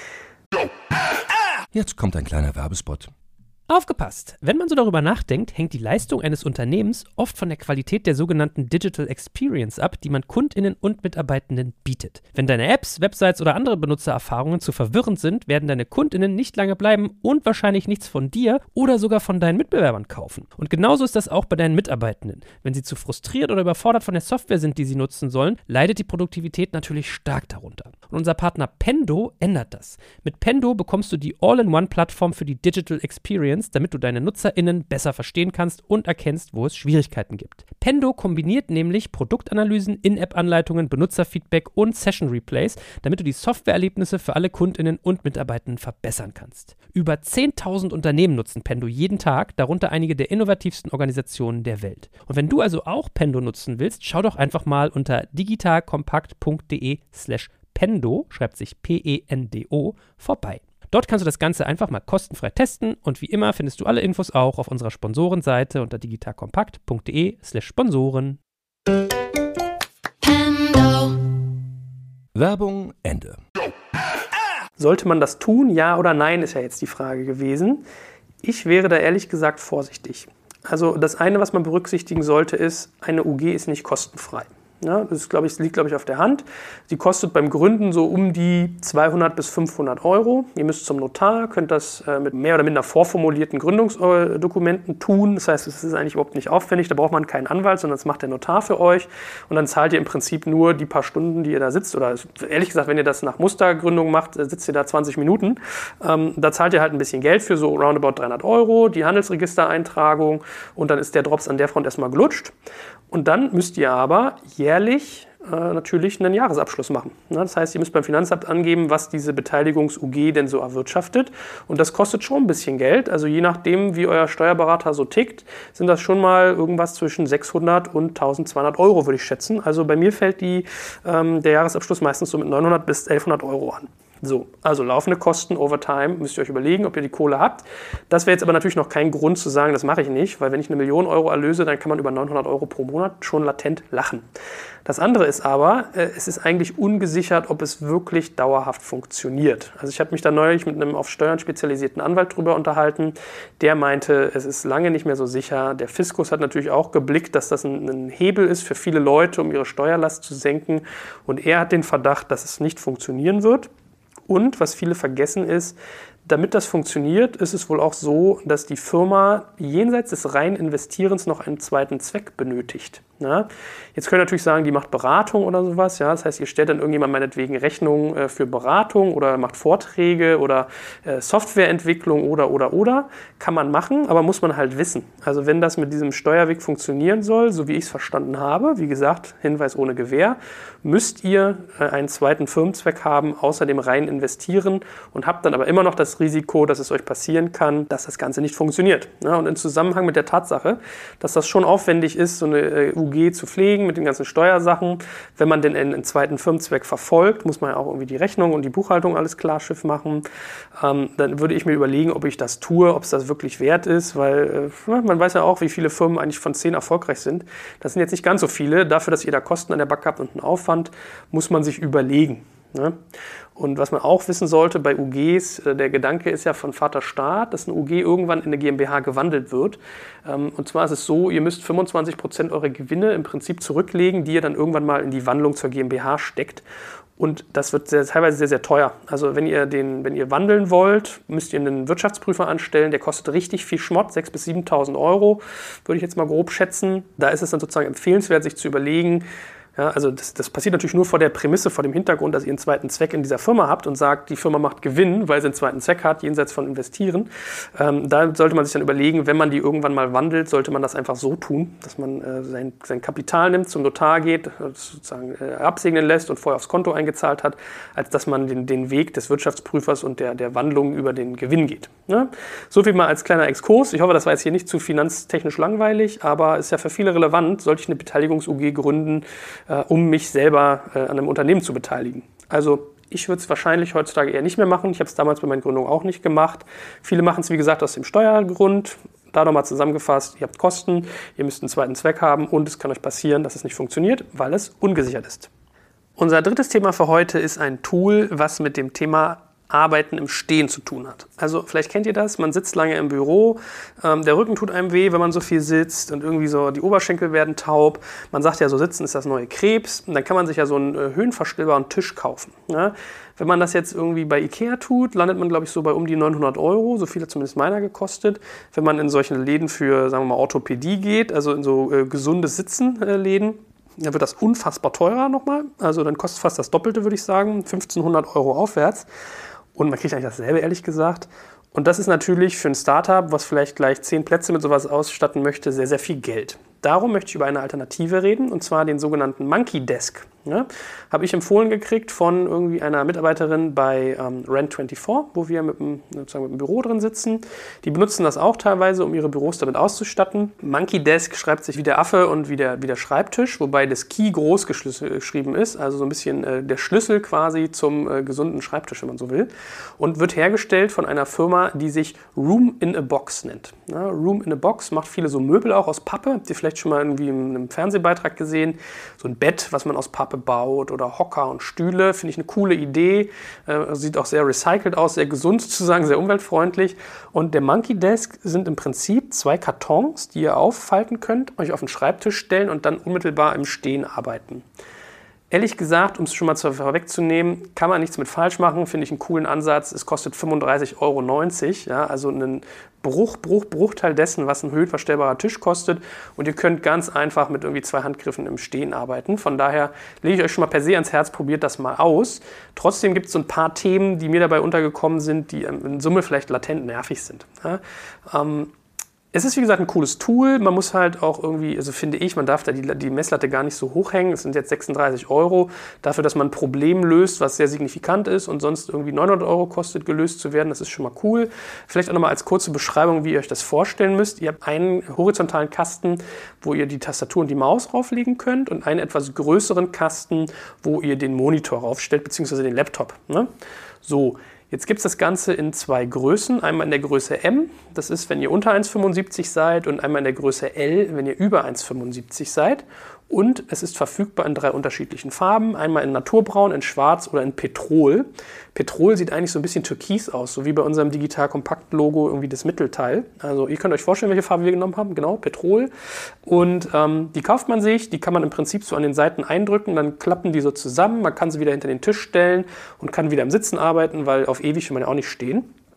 Jetzt kommt ein kleiner Werbespot. Aufgepasst! Wenn man so darüber nachdenkt, hängt die Leistung eines Unternehmens oft von der Qualität der sogenannten Digital Experience ab, die man KundInnen und Mitarbeitenden bietet. Wenn deine Apps, Websites oder andere Benutzererfahrungen zu verwirrend sind, werden deine KundInnen nicht lange bleiben und wahrscheinlich nichts von dir oder sogar von deinen Mitbewerbern kaufen. Und genauso ist das auch bei deinen Mitarbeitenden. Wenn sie zu frustriert oder überfordert von der Software sind, die sie nutzen sollen, leidet die Produktivität natürlich stark darunter. Und unser Partner Pendo ändert das. Mit Pendo bekommst du die All-in-One-Plattform für die Digital Experience, damit du deine NutzerInnen besser verstehen kannst und erkennst, wo es Schwierigkeiten gibt. Pendo kombiniert nämlich Produktanalysen, In-App-Anleitungen, Benutzerfeedback und Session-Replays, damit du die Softwareerlebnisse für alle KundInnen und Mitarbeitenden verbessern kannst. Über zehntausend Unternehmen nutzen Pendo jeden Tag, darunter einige der innovativsten Organisationen der Welt. Und wenn du also auch Pendo nutzen willst, schau doch einfach mal unter digitalkompakt.de slash Pendo, schreibt sich P E N D O, vorbei. Dort kannst du das Ganze einfach mal kostenfrei testen und wie immer findest du alle Infos auch auf unserer Sponsorenseite unter digitalkompakt.de slash Sponsoren. Werbung Ende. Sollte man das tun, ja oder nein, ist ja jetzt die Frage gewesen. Ich wäre da ehrlich gesagt vorsichtig. Also das eine, was man berücksichtigen sollte, ist, eine U G ist nicht kostenfrei. Ja, das ist, glaube ich, liegt, glaube ich, auf der Hand. Die kostet beim Gründen so um die zweihundert bis fünfhundert Euro. Ihr müsst zum Notar, könnt das äh, mit mehr oder minder vorformulierten Gründungsdokumenten tun. Das heißt, es ist eigentlich überhaupt nicht aufwendig. Da braucht man keinen Anwalt, sondern das macht der Notar für euch. Und dann zahlt ihr im Prinzip nur die paar Stunden, die ihr da sitzt. Oder ehrlich gesagt, wenn ihr das nach Mustergründung macht, sitzt ihr da zwanzig Minuten. Ähm, da zahlt ihr halt ein bisschen Geld für, so roundabout dreihundert Euro, die Handelsregistereintragung. Und dann ist der Drops an der Front erstmal gelutscht. Und dann müsst ihr aber jährlich äh, natürlich einen Jahresabschluss machen. Ja, das heißt, ihr müsst beim Finanzamt angeben, was diese Beteiligungs-U G denn so erwirtschaftet. Und das kostet schon ein bisschen Geld. Also je nachdem, wie euer Steuerberater so tickt, sind das schon mal irgendwas zwischen sechshundert und eintausendzweihundert Euro, würde ich schätzen. Also bei mir fällt die, ähm, der Jahresabschluss meistens so mit neunhundert bis elfhundert Euro an. So, also laufende Kosten over time, müsst ihr euch überlegen, ob ihr die Kohle habt. Das wäre jetzt aber natürlich noch kein Grund zu sagen, das mache ich nicht, weil wenn ich eine Million Euro erlöse, dann kann man über neunhundert Euro pro Monat schon latent lachen. Das andere ist aber, äh, es ist eigentlich ungesichert, ob es wirklich dauerhaft funktioniert. Also ich habe mich da neulich mit einem auf Steuern spezialisierten Anwalt drüber unterhalten, der meinte, es ist lange nicht mehr so sicher. Der Fiskus hat natürlich auch geblickt, dass das ein, ein Hebel ist für viele Leute, um ihre Steuerlast zu senken, und er hat den Verdacht, dass es nicht funktionieren wird. Und was viele vergessen ist, Damit das funktioniert, ist es wohl auch so, dass die Firma jenseits des reinen Investierens noch einen zweiten Zweck benötigt. Ja? Jetzt könnt ihr natürlich sagen, die macht Beratung oder sowas. Ja? Das heißt, ihr stellt dann irgendjemand meinetwegen Rechnungen äh, für Beratung oder macht Vorträge oder äh, Softwareentwicklung oder, oder, oder. Kann man machen, aber muss man halt wissen. Also wenn das mit diesem Steuerweg funktionieren soll, so wie ich es verstanden habe, wie gesagt, Hinweis ohne Gewähr, müsst ihr äh, einen zweiten Firmenzweck haben, außer dem reinen Investieren und habt dann aber immer noch das Risiko, dass es euch passieren kann, dass das Ganze nicht funktioniert. Ja, und im Zusammenhang mit der Tatsache, dass das schon aufwendig ist, so eine äh, U G zu pflegen mit den ganzen Steuersachen, wenn man denn einen, einen zweiten Firmenzweck verfolgt, muss man ja auch irgendwie die Rechnung und die Buchhaltung alles klar Schiff machen. Ähm, dann würde ich mir überlegen, ob ich das tue, ob es das wirklich wert ist, weil äh, man weiß ja auch, wie viele Firmen eigentlich von zehn erfolgreich sind. Das sind jetzt nicht ganz so viele. Dafür, dass ihr da Kosten an der Backe habt und einen Aufwand, muss man sich überlegen. Ne? Und was man auch wissen sollte bei U Gs, der Gedanke ist ja von Vater Staat, dass eine U G irgendwann in eine GmbH gewandelt wird. Und zwar ist es so, ihr müsst fünfundzwanzig Prozent eurer Gewinne im Prinzip zurücklegen, die ihr dann irgendwann mal in die Wandlung zur GmbH steckt. Und das wird sehr, teilweise sehr, sehr teuer. Also wenn ihr, den, wenn ihr wandeln wollt, müsst ihr einen Wirtschaftsprüfer anstellen, der kostet richtig viel Schmott, sechstausend bis siebentausend Euro, würde ich jetzt mal grob schätzen. Da ist es dann sozusagen empfehlenswert, sich zu überlegen, ja, also das, das passiert natürlich nur vor der Prämisse, vor dem Hintergrund, dass ihr einen zweiten Zweck in dieser Firma habt und sagt, die Firma macht Gewinn, weil sie einen zweiten Zweck hat, jenseits von Investieren. Ähm, da sollte man sich dann überlegen, wenn man die irgendwann mal wandelt, sollte man das einfach so tun, dass man äh, sein, sein Kapital nimmt, zum Notar geht, sozusagen äh, absegnen lässt und vorher aufs Konto eingezahlt hat, als dass man den, den Weg des Wirtschaftsprüfers und der, der Wandlung über den Gewinn geht. Ja? So viel mal als kleiner Exkurs. Ich hoffe, das war jetzt hier nicht zu finanztechnisch langweilig, aber ist ja für viele relevant. Sollte ich eine Beteiligungs-U G gründen, um mich selber äh, an einem Unternehmen zu beteiligen. Also ich würde es wahrscheinlich heutzutage eher nicht mehr machen. Ich habe es damals bei meiner Gründung auch nicht gemacht. Viele machen es, wie gesagt, aus dem Steuergrund. Da nochmal zusammengefasst, ihr habt Kosten, ihr müsst einen zweiten Zweck haben und es kann euch passieren, dass es nicht funktioniert, weil es ungesichert ist. Unser drittes Thema für heute ist ein Tool, was mit dem Thema Arbeiten im Stehen zu tun hat. Also vielleicht kennt ihr das, man sitzt lange im Büro, ähm, der Rücken tut einem weh, wenn man so viel sitzt und irgendwie so die Oberschenkel werden taub. Man sagt ja, so sitzen ist das neue Krebs. Und dann kann man sich ja so einen äh, höhenverstellbaren Tisch kaufen. Ja? Wenn man das jetzt irgendwie bei Ikea tut, landet man, glaube ich, so bei um die neunhundert Euro. So viel hat zumindest meiner gekostet. Wenn man in solchen Läden für, sagen wir mal, Orthopädie geht, also in so äh, gesundes Sitzen-Läden, äh, dann wird das unfassbar teurer nochmal. Also dann kostet fast das Doppelte, würde ich sagen, fünfzehnhundert Euro aufwärts. Und man kriegt eigentlich dasselbe, ehrlich gesagt. Und das ist natürlich für ein Startup, was vielleicht gleich zehn Plätze mit sowas ausstatten möchte, sehr, sehr viel Geld. Darum möchte ich über eine Alternative reden, und zwar den sogenannten Monkey Desk. Ja, habe ich empfohlen gekriegt von irgendwie einer Mitarbeiterin bei ähm, Rent vierundzwanzig, wo wir mit einem, sozusagen mit einem Büro drin sitzen. Die benutzen das auch teilweise, um ihre Büros damit auszustatten. Monkey Desk schreibt sich wie der Affe und wie der, wie der Schreibtisch, wobei das Key groß geschrieben ist, also so ein bisschen äh, der Schlüssel quasi zum äh, gesunden Schreibtisch, wenn man so will. Und wird hergestellt von einer Firma, die sich Room in a Box nennt. Ja, Room in a Box macht viele so Möbel auch aus Pappe. Habt ihr vielleicht schon mal irgendwie in einem Fernsehbeitrag gesehen? So ein Bett, was man aus Pappe baut oder Hocker und Stühle, finde ich eine coole Idee, äh, sieht auch sehr recycelt aus, sehr gesund sozusagen, sehr umweltfreundlich. Und der Monkey Desk sind im Prinzip zwei Kartons, die ihr auffalten könnt, euch auf den Schreibtisch stellen und dann unmittelbar im Stehen arbeiten. Ehrlich gesagt, um es schon mal vorwegzunehmen, kann man nichts mit falsch machen, finde ich einen coolen Ansatz. Es kostet fünfunddreißig Euro neunzig, ja, also einen Bruch, Bruch, Bruchteil dessen, was ein höhenverstellbarer Tisch kostet. Und ihr könnt ganz einfach mit irgendwie zwei Handgriffen im Stehen arbeiten. Von daher lege ich euch schon mal per se ans Herz, probiert das mal aus. Trotzdem gibt es so ein paar Themen, die mir dabei untergekommen sind, die in Summe vielleicht latent nervig sind. Ja, ähm, Es ist, wie gesagt, ein cooles Tool. Man muss halt auch irgendwie, also finde ich, man darf da die, die Messlatte gar nicht so hoch hängen. Es sind jetzt sechsunddreißig Euro. Dafür, dass man ein Problem löst, was sehr signifikant ist und sonst irgendwie neunhundert Euro kostet, gelöst zu werden, das ist schon mal cool. Vielleicht auch nochmal als kurze Beschreibung, wie ihr euch das vorstellen müsst. Ihr habt einen horizontalen Kasten, wo ihr die Tastatur und die Maus rauflegen könnt und einen etwas größeren Kasten, wo ihr den Monitor raufstellt, beziehungsweise den Laptop. Ne? So. Jetzt gibt es das Ganze in zwei Größen. Einmal in der Größe M, das ist, wenn ihr unter eins Komma fünfundsiebzig seid, und einmal in der Größe L, wenn ihr über eins Komma fünfundsiebzig seid. Und es ist verfügbar in drei unterschiedlichen Farben. Einmal in Naturbraun, in Schwarz oder in Petrol. Petrol sieht eigentlich so ein bisschen türkis aus, so wie bei unserem Digital-Kompakt-Logo irgendwie das Mittelteil. Also ihr könnt euch vorstellen, welche Farbe wir genommen haben. Genau, Petrol. Und ähm, die kauft man sich, die kann man im Prinzip so an den Seiten eindrücken, dann klappen die so zusammen. Man kann sie wieder hinter den Tisch stellen und kann wieder im Sitzen arbeiten, weil auf ewig will man ja auch nicht stehen.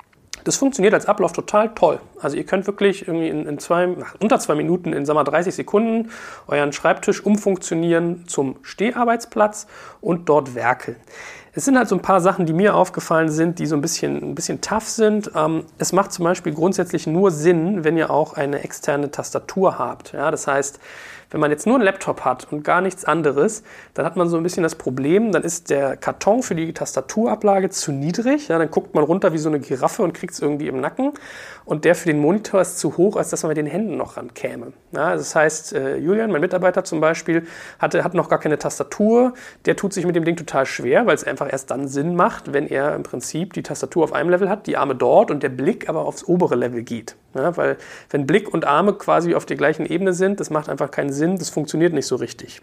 Das funktioniert als Ablauf total toll. Also ihr könnt wirklich irgendwie in, in zwei, unter zwei Minuten, in sagen wir, dreißig Sekunden, euren Schreibtisch umfunktionieren zum Steharbeitsplatz und dort werkeln. Es sind halt so ein paar Sachen, die mir aufgefallen sind, die so ein bisschen, ein bisschen tough sind. Ähm, es macht zum Beispiel grundsätzlich nur Sinn, wenn ihr auch eine externe Tastatur habt. Ja, das heißt, wenn man jetzt nur einen Laptop hat und gar nichts anderes, dann hat man so ein bisschen das Problem, dann ist der Karton für die Tastaturablage zu niedrig. Ja, dann guckt man runter wie so eine Giraffe und kriegt es irgendwie im Nacken. Und der für den Monitor ist zu hoch, als dass man mit den Händen noch rankäme. Ja, das heißt, äh, Julian, mein Mitarbeiter zum Beispiel, hatte, hat noch gar keine Tastatur. Der tut sich mit dem Ding total schwer, weil es einfach erst dann Sinn macht, wenn er im Prinzip die Tastatur auf einem Level hat, die Arme dort und der Blick aber aufs obere Level geht. Ja, weil wenn Blick und Arme quasi auf der gleichen Ebene sind, das macht einfach keinen Sinn, das funktioniert nicht so richtig.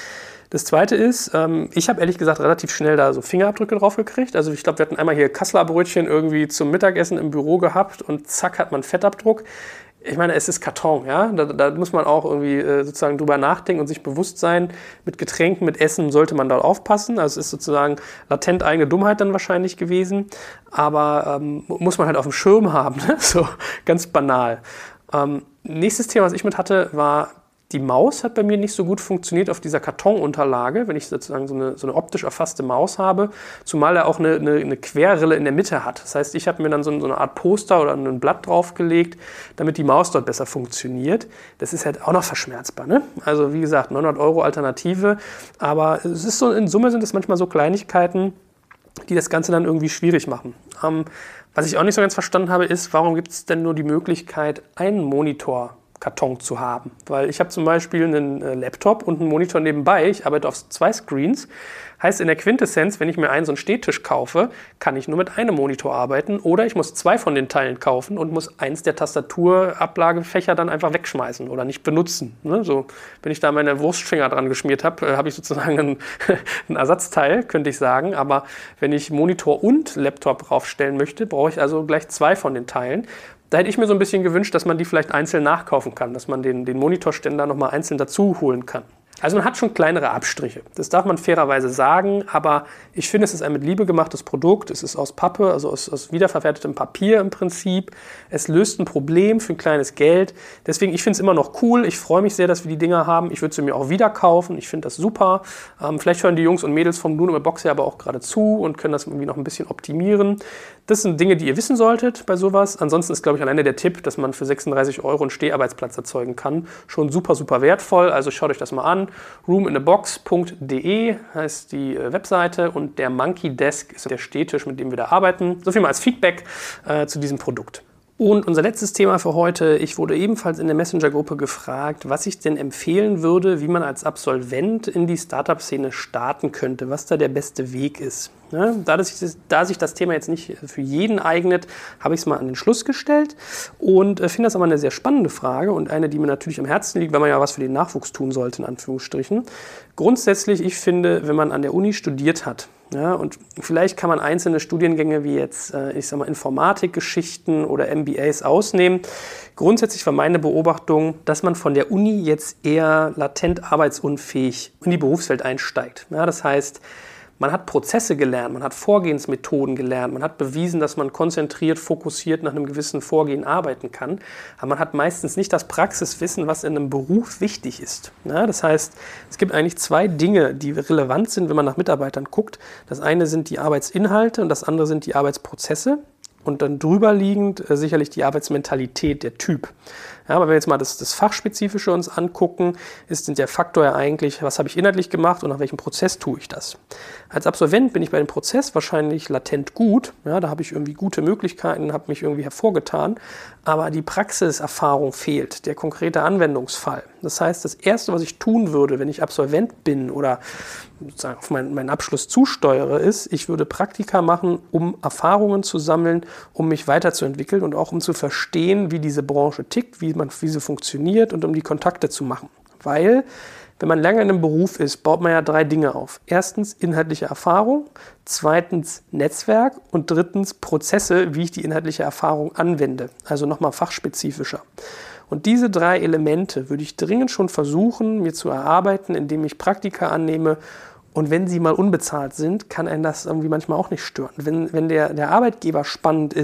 Das Zweite ist, ähm, ich habe ehrlich gesagt relativ schnell da so Fingerabdrücke drauf gekriegt. Also ich glaube, wir hatten einmal hier Kasseler Brötchen irgendwie zum Mittagessen im Büro gehabt und zack hat man Fettabdruck. Ich meine, es ist Karton, ja, da, da muss man auch irgendwie äh, sozusagen drüber nachdenken und sich bewusst sein, mit Getränken, mit Essen sollte man da aufpassen. Also es ist sozusagen latent eigene Dummheit dann wahrscheinlich gewesen, aber ähm, muss man halt auf dem Schirm haben, ne? So ganz banal. Ähm, nächstes Thema, was ich mit hatte, war, die Maus hat bei mir nicht so gut funktioniert auf dieser Kartonunterlage, wenn ich sozusagen so eine, so eine optisch erfasste Maus habe, zumal er auch eine, eine, eine Querrille in der Mitte hat. Das heißt, ich habe mir dann so, so eine Art Poster oder ein Blatt draufgelegt, damit die Maus dort besser funktioniert. Das ist halt auch noch verschmerzbar, ne? Also wie gesagt, neunhundert Euro Alternative, aber es ist so, in Summe sind es manchmal so Kleinigkeiten, die das Ganze dann irgendwie schwierig machen. Ähm, was ich auch nicht so ganz verstanden habe, ist, warum gibt es denn nur die Möglichkeit, einen Monitor Karton zu haben, weil ich habe zum Beispiel einen äh, Laptop und einen Monitor nebenbei, ich arbeite auf zwei Screens, heißt in der Quintessenz, wenn ich mir einen so einen Stehtisch kaufe, kann ich nur mit einem Monitor arbeiten oder ich muss zwei von den Teilen kaufen und muss eins der Tastaturablagefächer dann einfach wegschmeißen oder nicht benutzen. Ne? So, wenn ich da meine Wurstfinger dran geschmiert habe, äh, habe ich sozusagen einen, einen Ersatzteil, könnte ich sagen, aber wenn ich Monitor und Laptop draufstellen möchte, brauche ich also gleich zwei von den Teilen. Da hätte ich mir so ein bisschen gewünscht, dass man die vielleicht einzeln nachkaufen kann, dass man den, den Monitorständer nochmal einzeln dazu holen kann. Also man hat schon kleinere Abstriche, das darf man fairerweise sagen, aber ich finde, es ist ein mit Liebe gemachtes Produkt, es ist aus Pappe, also aus, aus wiederverwertetem Papier im Prinzip, es löst ein Problem für ein kleines Geld, deswegen, ich finde es immer noch cool, ich freue mich sehr, dass wir die Dinger haben, ich würde sie mir auch wieder kaufen, ich finde das super, ähm, vielleicht hören die Jungs und Mädels vom Blue Box ja aber auch gerade zu und können das irgendwie noch ein bisschen optimieren. Das sind Dinge, die ihr wissen solltet bei sowas, ansonsten ist, glaube ich, alleine der Tipp, dass man für sechsunddreißig Euro einen Steharbeitsplatz erzeugen kann, schon super, super wertvoll, also schaut euch das mal an. room in a box punkt de heißt die äh, Webseite und der Monkey Desk ist der Stehtisch, mit dem wir da arbeiten. So viel mal als Feedback äh, zu diesem Produkt. Und unser letztes Thema für heute, ich wurde ebenfalls in der Messenger-Gruppe gefragt, was ich denn empfehlen würde, wie man als Absolvent in die Startup-Szene starten könnte, was da der beste Weg ist. Ja, da, das, da sich das Thema jetzt nicht für jeden eignet, habe ich es mal an den Schluss gestellt und äh, finde das aber eine sehr spannende Frage und eine, die mir natürlich am Herzen liegt, weil man ja was für den Nachwuchs tun sollte, in Anführungsstrichen. Grundsätzlich, ich finde, wenn man an der Uni studiert hat, ja, und vielleicht kann man einzelne Studiengänge wie jetzt, äh, ich sag mal, Informatikgeschichten oder M B As ausnehmen. Grundsätzlich war meine Beobachtung, dass man von der Uni jetzt eher latent arbeitsunfähig in die Berufswelt einsteigt. Ja, das heißt, man hat Prozesse gelernt, man hat Vorgehensmethoden gelernt, man hat bewiesen, dass man konzentriert, fokussiert nach einem gewissen Vorgehen arbeiten kann. Aber man hat meistens nicht das Praxiswissen, was in einem Beruf wichtig ist. Ja, das heißt, es gibt eigentlich zwei Dinge, die relevant sind, wenn man nach Mitarbeitern guckt. Das eine sind die Arbeitsinhalte und das andere sind die Arbeitsprozesse. Und dann drüber liegend äh, sicherlich die Arbeitsmentalität, der Typ. Ja, aber wenn wir jetzt mal das, das Fachspezifische uns angucken, ist der Faktor ja eigentlich, was habe ich inhaltlich gemacht und nach welchem Prozess tue ich das. Als Absolvent bin ich bei dem Prozess wahrscheinlich latent gut, ja, da habe ich irgendwie gute Möglichkeiten, habe mich irgendwie hervorgetan, aber die Praxiserfahrung fehlt, der konkrete Anwendungsfall. Das heißt, das Erste, was ich tun würde, wenn ich Absolvent bin oder sozusagen auf meinen, meinen Abschluss zusteuere, ist, ich würde Praktika machen, um Erfahrungen zu sammeln, um mich weiterzuentwickeln und auch um zu verstehen, wie diese Branche tickt, wie man, wie sie funktioniert und um die Kontakte zu machen. Weil, wenn man lange in einem Beruf ist, baut man ja drei Dinge auf. Erstens inhaltliche Erfahrung, zweitens Netzwerk und drittens Prozesse, wie ich die inhaltliche Erfahrung anwende. Also nochmal fachspezifischer. Und diese drei Elemente würde ich dringend schon versuchen, mir zu erarbeiten, indem ich Praktika annehme. Und wenn sie mal unbezahlt sind, kann einen das irgendwie manchmal auch nicht stören. Wenn, wenn der, der Arbeitgeber spannend ist,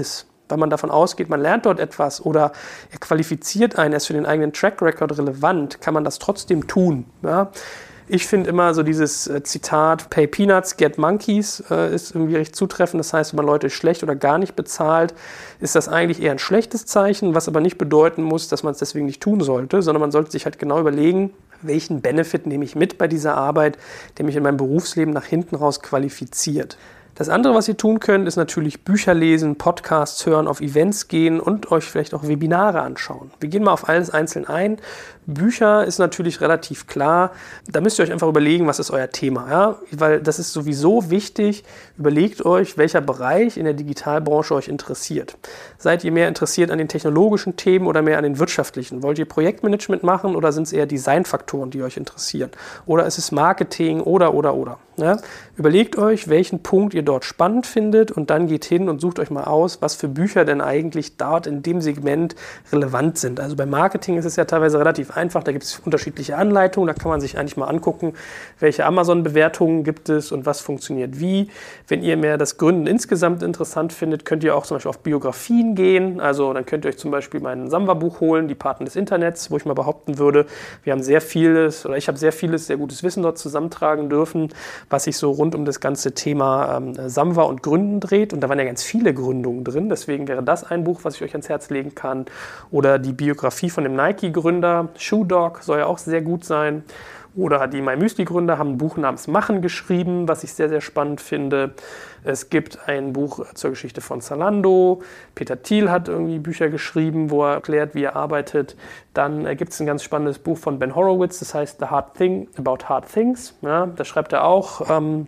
weil man davon ausgeht, man lernt dort etwas oder er qualifiziert einen, er ist für den eigenen Track Record relevant, kann man das trotzdem tun. Ja? Ich finde immer so dieses äh, Zitat, pay peanuts, get monkeys, äh, ist irgendwie recht zutreffend. Das heißt, wenn man Leute schlecht oder gar nicht bezahlt, ist das eigentlich eher ein schlechtes Zeichen, was aber nicht bedeuten muss, dass man es deswegen nicht tun sollte, sondern man sollte sich halt genau überlegen, welchen Benefit nehme ich mit bei dieser Arbeit, der mich in meinem Berufsleben nach hinten raus qualifiziert. Das andere, was ihr tun könnt, ist natürlich Bücher lesen, Podcasts hören, auf Events gehen und euch vielleicht auch Webinare anschauen. Wir gehen mal auf alles einzeln ein. Bücher ist natürlich relativ klar. Da müsst ihr euch einfach überlegen, was ist euer Thema. Ja? Weil das ist sowieso wichtig. Überlegt euch, welcher Bereich in der Digitalbranche euch interessiert. Seid ihr mehr interessiert an den technologischen Themen oder mehr an den wirtschaftlichen? Wollt ihr Projektmanagement machen oder sind es eher Designfaktoren, die euch interessieren? Oder ist es Marketing oder, oder, oder? Ja? Überlegt euch, welchen Punkt ihr dort spannend findet und dann geht hin und sucht euch mal aus, was für Bücher denn eigentlich dort in dem Segment relevant sind. Also beim Marketing ist es ja teilweise relativ einfach, da gibt es unterschiedliche Anleitungen, da kann man sich eigentlich mal angucken, welche Amazon-Bewertungen gibt es und was funktioniert wie. Wenn ihr mehr das Gründen insgesamt interessant findet, könnt ihr auch zum Beispiel auf Biografien gehen, also dann könnt ihr euch zum Beispiel mein Samwa-Buch holen, Die Paten des Internets, wo ich mal behaupten würde, wir haben sehr vieles, oder ich habe sehr vieles, sehr gutes Wissen dort zusammentragen dürfen, was sich so rund um das ganze Thema ähm, Samwa und Gründen dreht und da waren ja ganz viele Gründungen drin, deswegen wäre das ein Buch, was ich euch ans Herz legen kann, oder die Biografie von dem Nike-Gründer, Shoe Dog soll ja auch sehr gut sein. Oder die MyMüsli-Gründer haben ein Buch namens Machen geschrieben, was ich sehr, sehr spannend finde. Es gibt ein Buch zur Geschichte von Zalando. Peter Thiel hat irgendwie Bücher geschrieben, wo er erklärt, wie er arbeitet. Dann äh, gibt es ein ganz spannendes Buch von Ben Horowitz, das heißt The Hard Thing About Hard Things. Ja, da schreibt er auch, ähm,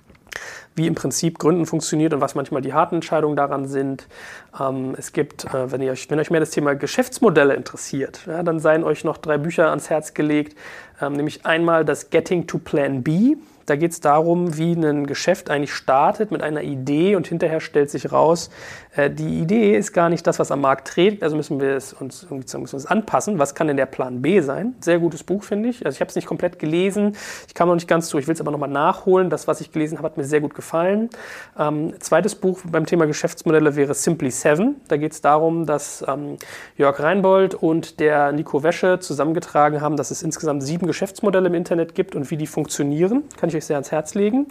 wie im Prinzip Gründen funktioniert und was manchmal die harten Entscheidungen daran sind. Ähm, es gibt, äh, wenn, ihr euch, wenn euch mehr das Thema Geschäftsmodelle interessiert, ja, dann seien euch noch drei Bücher ans Herz gelegt, ähm, nämlich einmal das Getting to Plan B. Da geht es darum, wie ein Geschäft eigentlich startet mit einer Idee und hinterher stellt sich raus, äh, die Idee ist gar nicht das, was am Markt trägt, also müssen wir es uns, irgendwie, müssen wir es anpassen. Was kann denn der Plan B sein? Sehr gutes Buch, finde ich. Also ich habe es nicht komplett gelesen, ich kam noch nicht ganz zu, ich will es aber nochmal nachholen. Das, was ich gelesen habe, hat mir sehr gut gefallen. Ähm, zweites Buch beim Thema Geschäftsmodelle wäre Simply Seven. Da geht es darum, dass ähm, Jörg Reinbold und der Nico Wäsche zusammengetragen haben, dass es insgesamt sieben Geschäftsmodelle im Internet gibt und wie die funktionieren. Kann ich euch sehr ans Herz legen.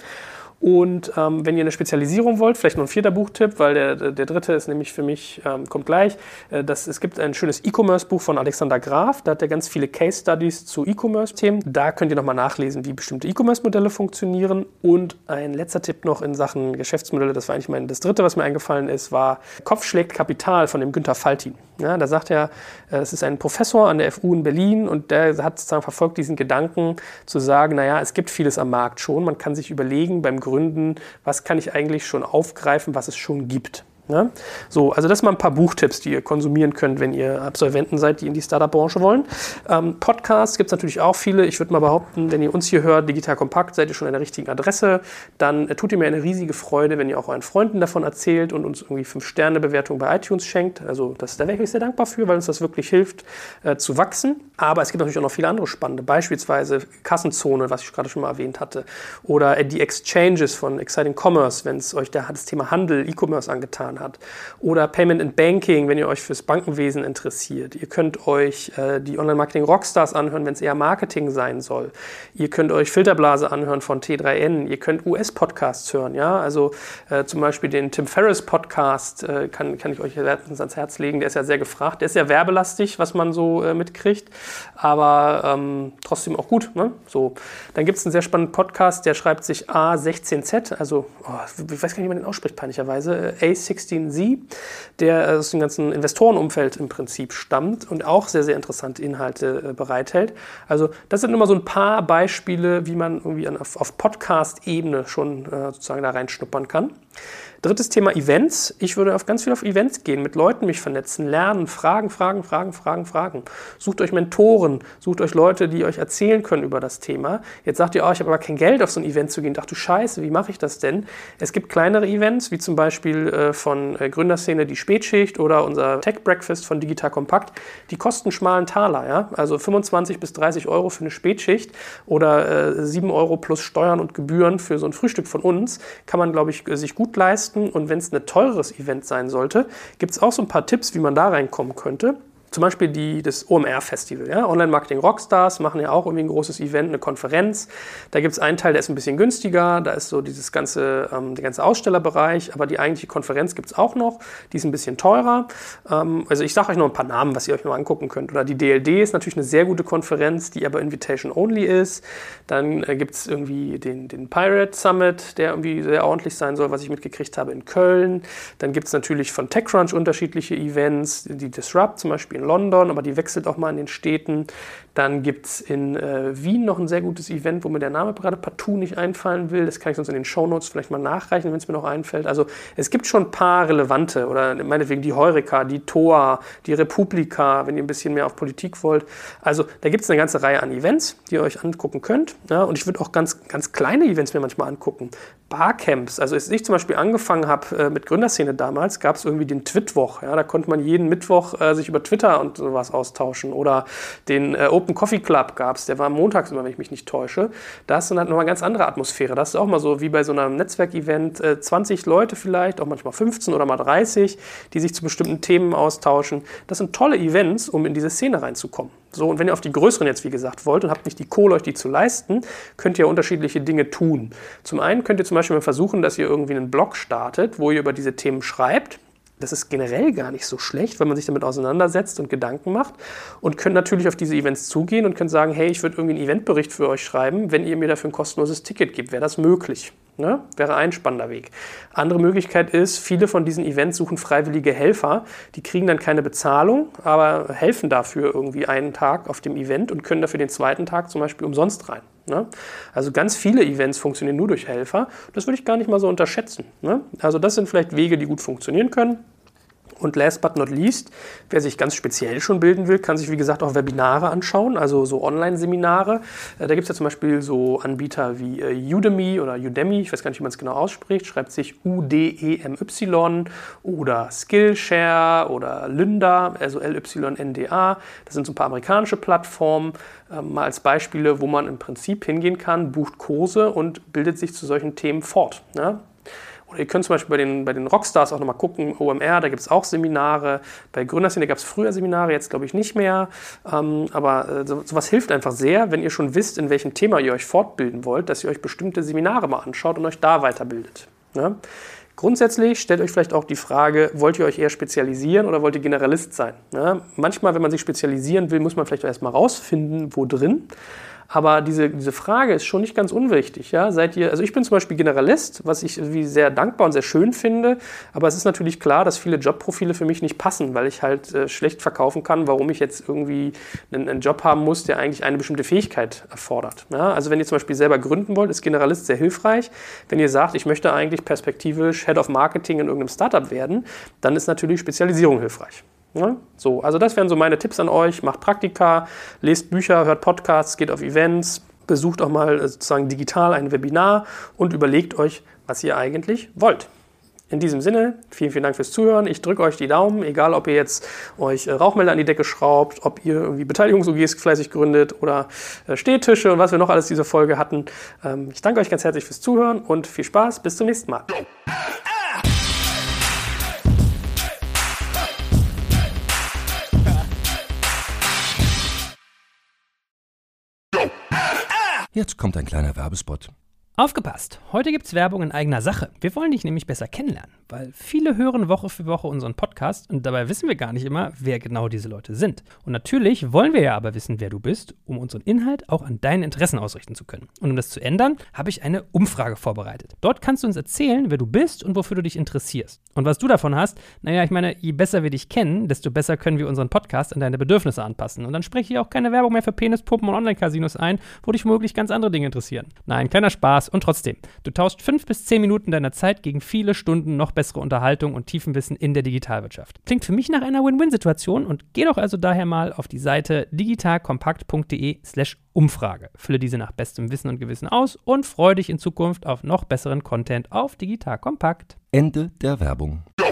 Und ähm, wenn ihr eine Spezialisierung wollt, vielleicht noch ein vierter Buchtipp, weil der, der dritte ist nämlich für mich, ähm, kommt gleich, äh, das, es gibt ein schönes E-Commerce-Buch von Alexander Graf, da hat er ganz viele Case-Studies zu E-Commerce-Themen. Da könnt ihr nochmal nachlesen, wie bestimmte E-Commerce-Modelle funktionieren. Und ein letzter Tipp noch in Sachen Geschäftsmodelle, das war eigentlich mein, das dritte, was mir eingefallen ist, war Kopf schlägt Kapital von dem Günther Faltin. Ja, da sagt er, es ist ein Professor an der F U in Berlin und der hat sozusagen verfolgt diesen Gedanken zu sagen, naja, es gibt vieles am Markt schon, man kann sich überlegen beim Gründen, was kann ich eigentlich schon aufgreifen, was es schon gibt. Ja? So, also das sind mal ein paar Buchtipps, die ihr konsumieren könnt, wenn ihr Absolventen seid, die in die Startup-Branche wollen. Ähm, Podcasts gibt es natürlich auch viele. Ich würde mal behaupten, wenn ihr uns hier hört, Digital Kompakt, seid ihr schon an der richtigen Adresse. Dann äh, tut ihr mir eine riesige Freude, wenn ihr auch euren Freunden davon erzählt und uns irgendwie fünf Sterne Bewertung bei iTunes schenkt. Also das, da wäre ich sehr dankbar für, weil uns das wirklich hilft, äh, zu wachsen. Aber es gibt natürlich auch noch viele andere spannende, beispielsweise Kassenzone, was ich gerade schon mal erwähnt hatte, oder äh, die Exchanges von Exciting Commerce, wenn es euch der, das Thema Handel, E-Commerce angetan hat. Oder Payment and Banking, wenn ihr euch fürs Bankenwesen interessiert. Ihr könnt euch äh, die Online-Marketing-Rockstars anhören, wenn es eher Marketing sein soll. Ihr könnt euch Filterblase anhören von T drei N. Ihr könnt U S-Podcasts hören. Ja? Also äh, zum Beispiel den Tim Ferriss-Podcast äh, kann, kann ich euch ans Herz legen. Der ist ja sehr gefragt. Der ist ja werbelastig, was man so äh, mitkriegt, aber ähm, trotzdem auch gut. Ne? So. Dann gibt es einen sehr spannenden Podcast, der schreibt sich A sechzehn Z, also oh, ich weiß gar nicht, wie man den ausspricht, peinlicherweise, A sechzehn Z, der aus dem ganzen Investorenumfeld im Prinzip stammt und auch sehr, sehr interessante Inhalte bereithält. Also das sind immer so ein paar Beispiele, wie man irgendwie auf, auf Podcast-Ebene schon äh, sozusagen da reinschnuppern kann. Drittes Thema Events. Ich würde auf ganz viel auf Events gehen, mit Leuten mich vernetzen, lernen, fragen, fragen, fragen, fragen, fragen. Sucht euch Mentoren, sucht euch Leute, die euch erzählen können über das Thema. Jetzt sagt ihr, oh, ich habe aber kein Geld, auf so ein Event zu gehen. Ach du Scheiße, wie mache ich das denn? Es gibt kleinere Events, wie zum Beispiel äh, von äh, Gründerszene die Spätschicht oder unser Tech Breakfast von Digital Kompakt. Die kosten schmalen Taler, ja? Also fünfundzwanzig bis dreißig Euro für eine Spätschicht oder äh, sieben Euro plus Steuern und Gebühren für so ein Frühstück von uns. Kann man, glaube ich, sich gut leisten. kosten. Und wenn es ein teures Event sein sollte, gibt es auch so ein paar Tipps, wie man da reinkommen könnte. Zum Beispiel die, das O M R-Festival. Ja? Online-Marketing-Rockstars machen ja auch irgendwie ein großes Event, eine Konferenz. Da gibt es einen Teil, der ist ein bisschen günstiger. Da ist so dieses ganze, ähm, der ganze Ausstellerbereich. Aber die eigentliche Konferenz gibt es auch noch. Die ist ein bisschen teurer. Ähm, also ich sage euch noch ein paar Namen, was ihr euch mal angucken könnt. Oder die D L D ist natürlich eine sehr gute Konferenz, die aber Invitation-only ist. Dann äh, gibt es irgendwie den, den Pirate Summit, der irgendwie sehr ordentlich sein soll, was ich mitgekriegt habe in Köln. Dann gibt es natürlich von TechCrunch unterschiedliche Events. Die Disrupt zum Beispiel in London, aber die wechselt auch mal in den Städten. Dann gibt es in äh, Wien noch ein sehr gutes Event, wo mir der Name gerade partout nicht einfallen will. Das kann ich sonst in den Shownotes vielleicht mal nachreichen, wenn es mir noch einfällt. Also es gibt schon ein paar relevante, oder meinetwegen die Heureka, die T O A, die Republika, wenn ihr ein bisschen mehr auf Politik wollt. Also da gibt es eine ganze Reihe an Events, die ihr euch angucken könnt. Ja, und ich würde auch ganz, ganz kleine Events mir manchmal angucken. Barcamps, also als ich zum Beispiel angefangen habe äh, mit Gründerszene damals, gab es irgendwie den Twitwoch. Ja, da konnte man jeden Mittwoch äh, sich über Twitter und sowas austauschen. Oder den äh, Open Coffee Club gab es, der war montags immer, wenn ich mich nicht täusche. Da hast du dann halt nochmal eine ganz andere Atmosphäre. Da hast du auch mal so wie bei so einem Netzwerkevent äh, zwanzig Leute vielleicht, auch manchmal fünfzehn oder mal dreißig, die sich zu bestimmten Themen austauschen. Das sind tolle Events, um in diese Szene reinzukommen. So, und wenn ihr auf die größeren jetzt, wie gesagt, wollt und habt nicht die Kohle, euch die zu leisten, könnt ihr unterschiedliche Dinge tun. Zum einen könnt ihr zum Beispiel mal versuchen, dass ihr irgendwie einen Blog startet, wo ihr über diese Themen schreibt. Das ist generell gar nicht so schlecht, wenn man sich damit auseinandersetzt und Gedanken macht, und könnt natürlich auf diese Events zugehen und könnt sagen, hey, ich würde irgendwie einen Eventbericht für euch schreiben, wenn ihr mir dafür ein kostenloses Ticket gebt. Wäre das möglich? Ne? Wäre ein spannender Weg. Andere Möglichkeit ist, viele von diesen Events suchen freiwillige Helfer. Die kriegen dann keine Bezahlung, aber helfen dafür irgendwie einen Tag auf dem Event und können dafür den zweiten Tag zum Beispiel umsonst rein. Ne? Also ganz viele Events funktionieren nur durch Helfer. Das würde ich gar nicht mal so unterschätzen. Ne? Also das sind vielleicht Wege, die gut funktionieren können. Und last but not least, wer sich ganz speziell schon bilden will, kann sich wie gesagt auch Webinare anschauen, also so Online-Seminare. Da gibt es ja zum Beispiel so Anbieter wie Udemy oder Udemy, ich weiß gar nicht, wie man es genau ausspricht, schreibt sich U D E M Y, oder Skillshare oder Lynda, also L Y N D A. Das sind so ein paar amerikanische Plattformen, äh, mal als Beispiele, wo man im Prinzip hingehen kann, bucht Kurse und bildet sich zu solchen Themen fort. Ne? Oder ihr könnt zum Beispiel bei den, bei den Rockstars auch nochmal gucken, O M R, da gibt es auch Seminare. Bei Gründerszene gab es früher Seminare, jetzt glaube ich nicht mehr. Ähm, aber äh, so, sowas hilft einfach sehr, wenn ihr schon wisst, in welchem Thema ihr euch fortbilden wollt, dass ihr euch bestimmte Seminare mal anschaut und euch da weiterbildet. Ne? Grundsätzlich stellt euch vielleicht auch die Frage, wollt ihr euch eher spezialisieren oder wollt ihr Generalist sein? Ne? Manchmal, wenn man sich spezialisieren will, muss man vielleicht erstmal rausfinden, wo drin. Aber diese, diese Frage ist schon nicht ganz unwichtig. Ja? Seid ihr, also ich bin zum Beispiel Generalist, was ich irgendwie sehr dankbar und sehr schön finde. Aber es ist natürlich klar, dass viele Jobprofile für mich nicht passen, weil ich halt äh, schlecht verkaufen kann, warum ich jetzt irgendwie einen, einen Job haben muss, der eigentlich eine bestimmte Fähigkeit erfordert. Ja? Also wenn ihr zum Beispiel selber gründen wollt, ist Generalist sehr hilfreich. Wenn ihr sagt, ich möchte eigentlich perspektivisch Head of Marketing in irgendeinem Startup werden, dann ist natürlich Spezialisierung hilfreich. Ja, so, also das wären so meine Tipps an euch. Macht Praktika, lest Bücher, hört Podcasts, geht auf Events, besucht auch mal sozusagen digital ein Webinar und überlegt euch, was ihr eigentlich wollt. In diesem Sinne, vielen, vielen Dank fürs Zuhören. Ich drücke euch die Daumen, egal ob ihr jetzt euch Rauchmelder an die Decke schraubt, ob ihr irgendwie Beteiligungs-U Gs fleißig gründet oder Stehtische und was wir noch alles diese Folge hatten. Ich danke euch ganz herzlich fürs Zuhören und viel Spaß. Bis zum nächsten Mal. Jetzt kommt ein kleiner Werbespot. Aufgepasst! Heute gibt's Werbung in eigener Sache. Wir wollen dich nämlich besser kennenlernen, weil viele hören Woche für Woche unseren Podcast und dabei wissen wir gar nicht immer, wer genau diese Leute sind. Und natürlich wollen wir ja aber wissen, wer du bist, um unseren Inhalt auch an deinen Interessen ausrichten zu können. Und um das zu ändern, habe ich eine Umfrage vorbereitet. Dort kannst du uns erzählen, wer du bist und wofür du dich interessierst. Und was du davon hast, naja, ich meine, je besser wir dich kennen, desto besser können wir unseren Podcast an deine Bedürfnisse anpassen. Und dann spreche ich auch keine Werbung mehr für Penispuppen und Online-Casinos ein, wo dich womöglich ganz andere Dinge interessieren. Nein, kleiner Spaß. Und trotzdem, du tauschst fünf bis zehn Minuten deiner Zeit gegen viele Stunden noch bessere Unterhaltung und Tiefenwissen in der Digitalwirtschaft. Klingt für mich nach einer Win-Win-Situation und geh doch also daher mal auf die Seite digitalkompakt.de slash Umfrage. Fülle diese nach bestem Wissen und Gewissen aus und freue dich in Zukunft auf noch besseren Content auf Digital Kompakt. Ende der Werbung.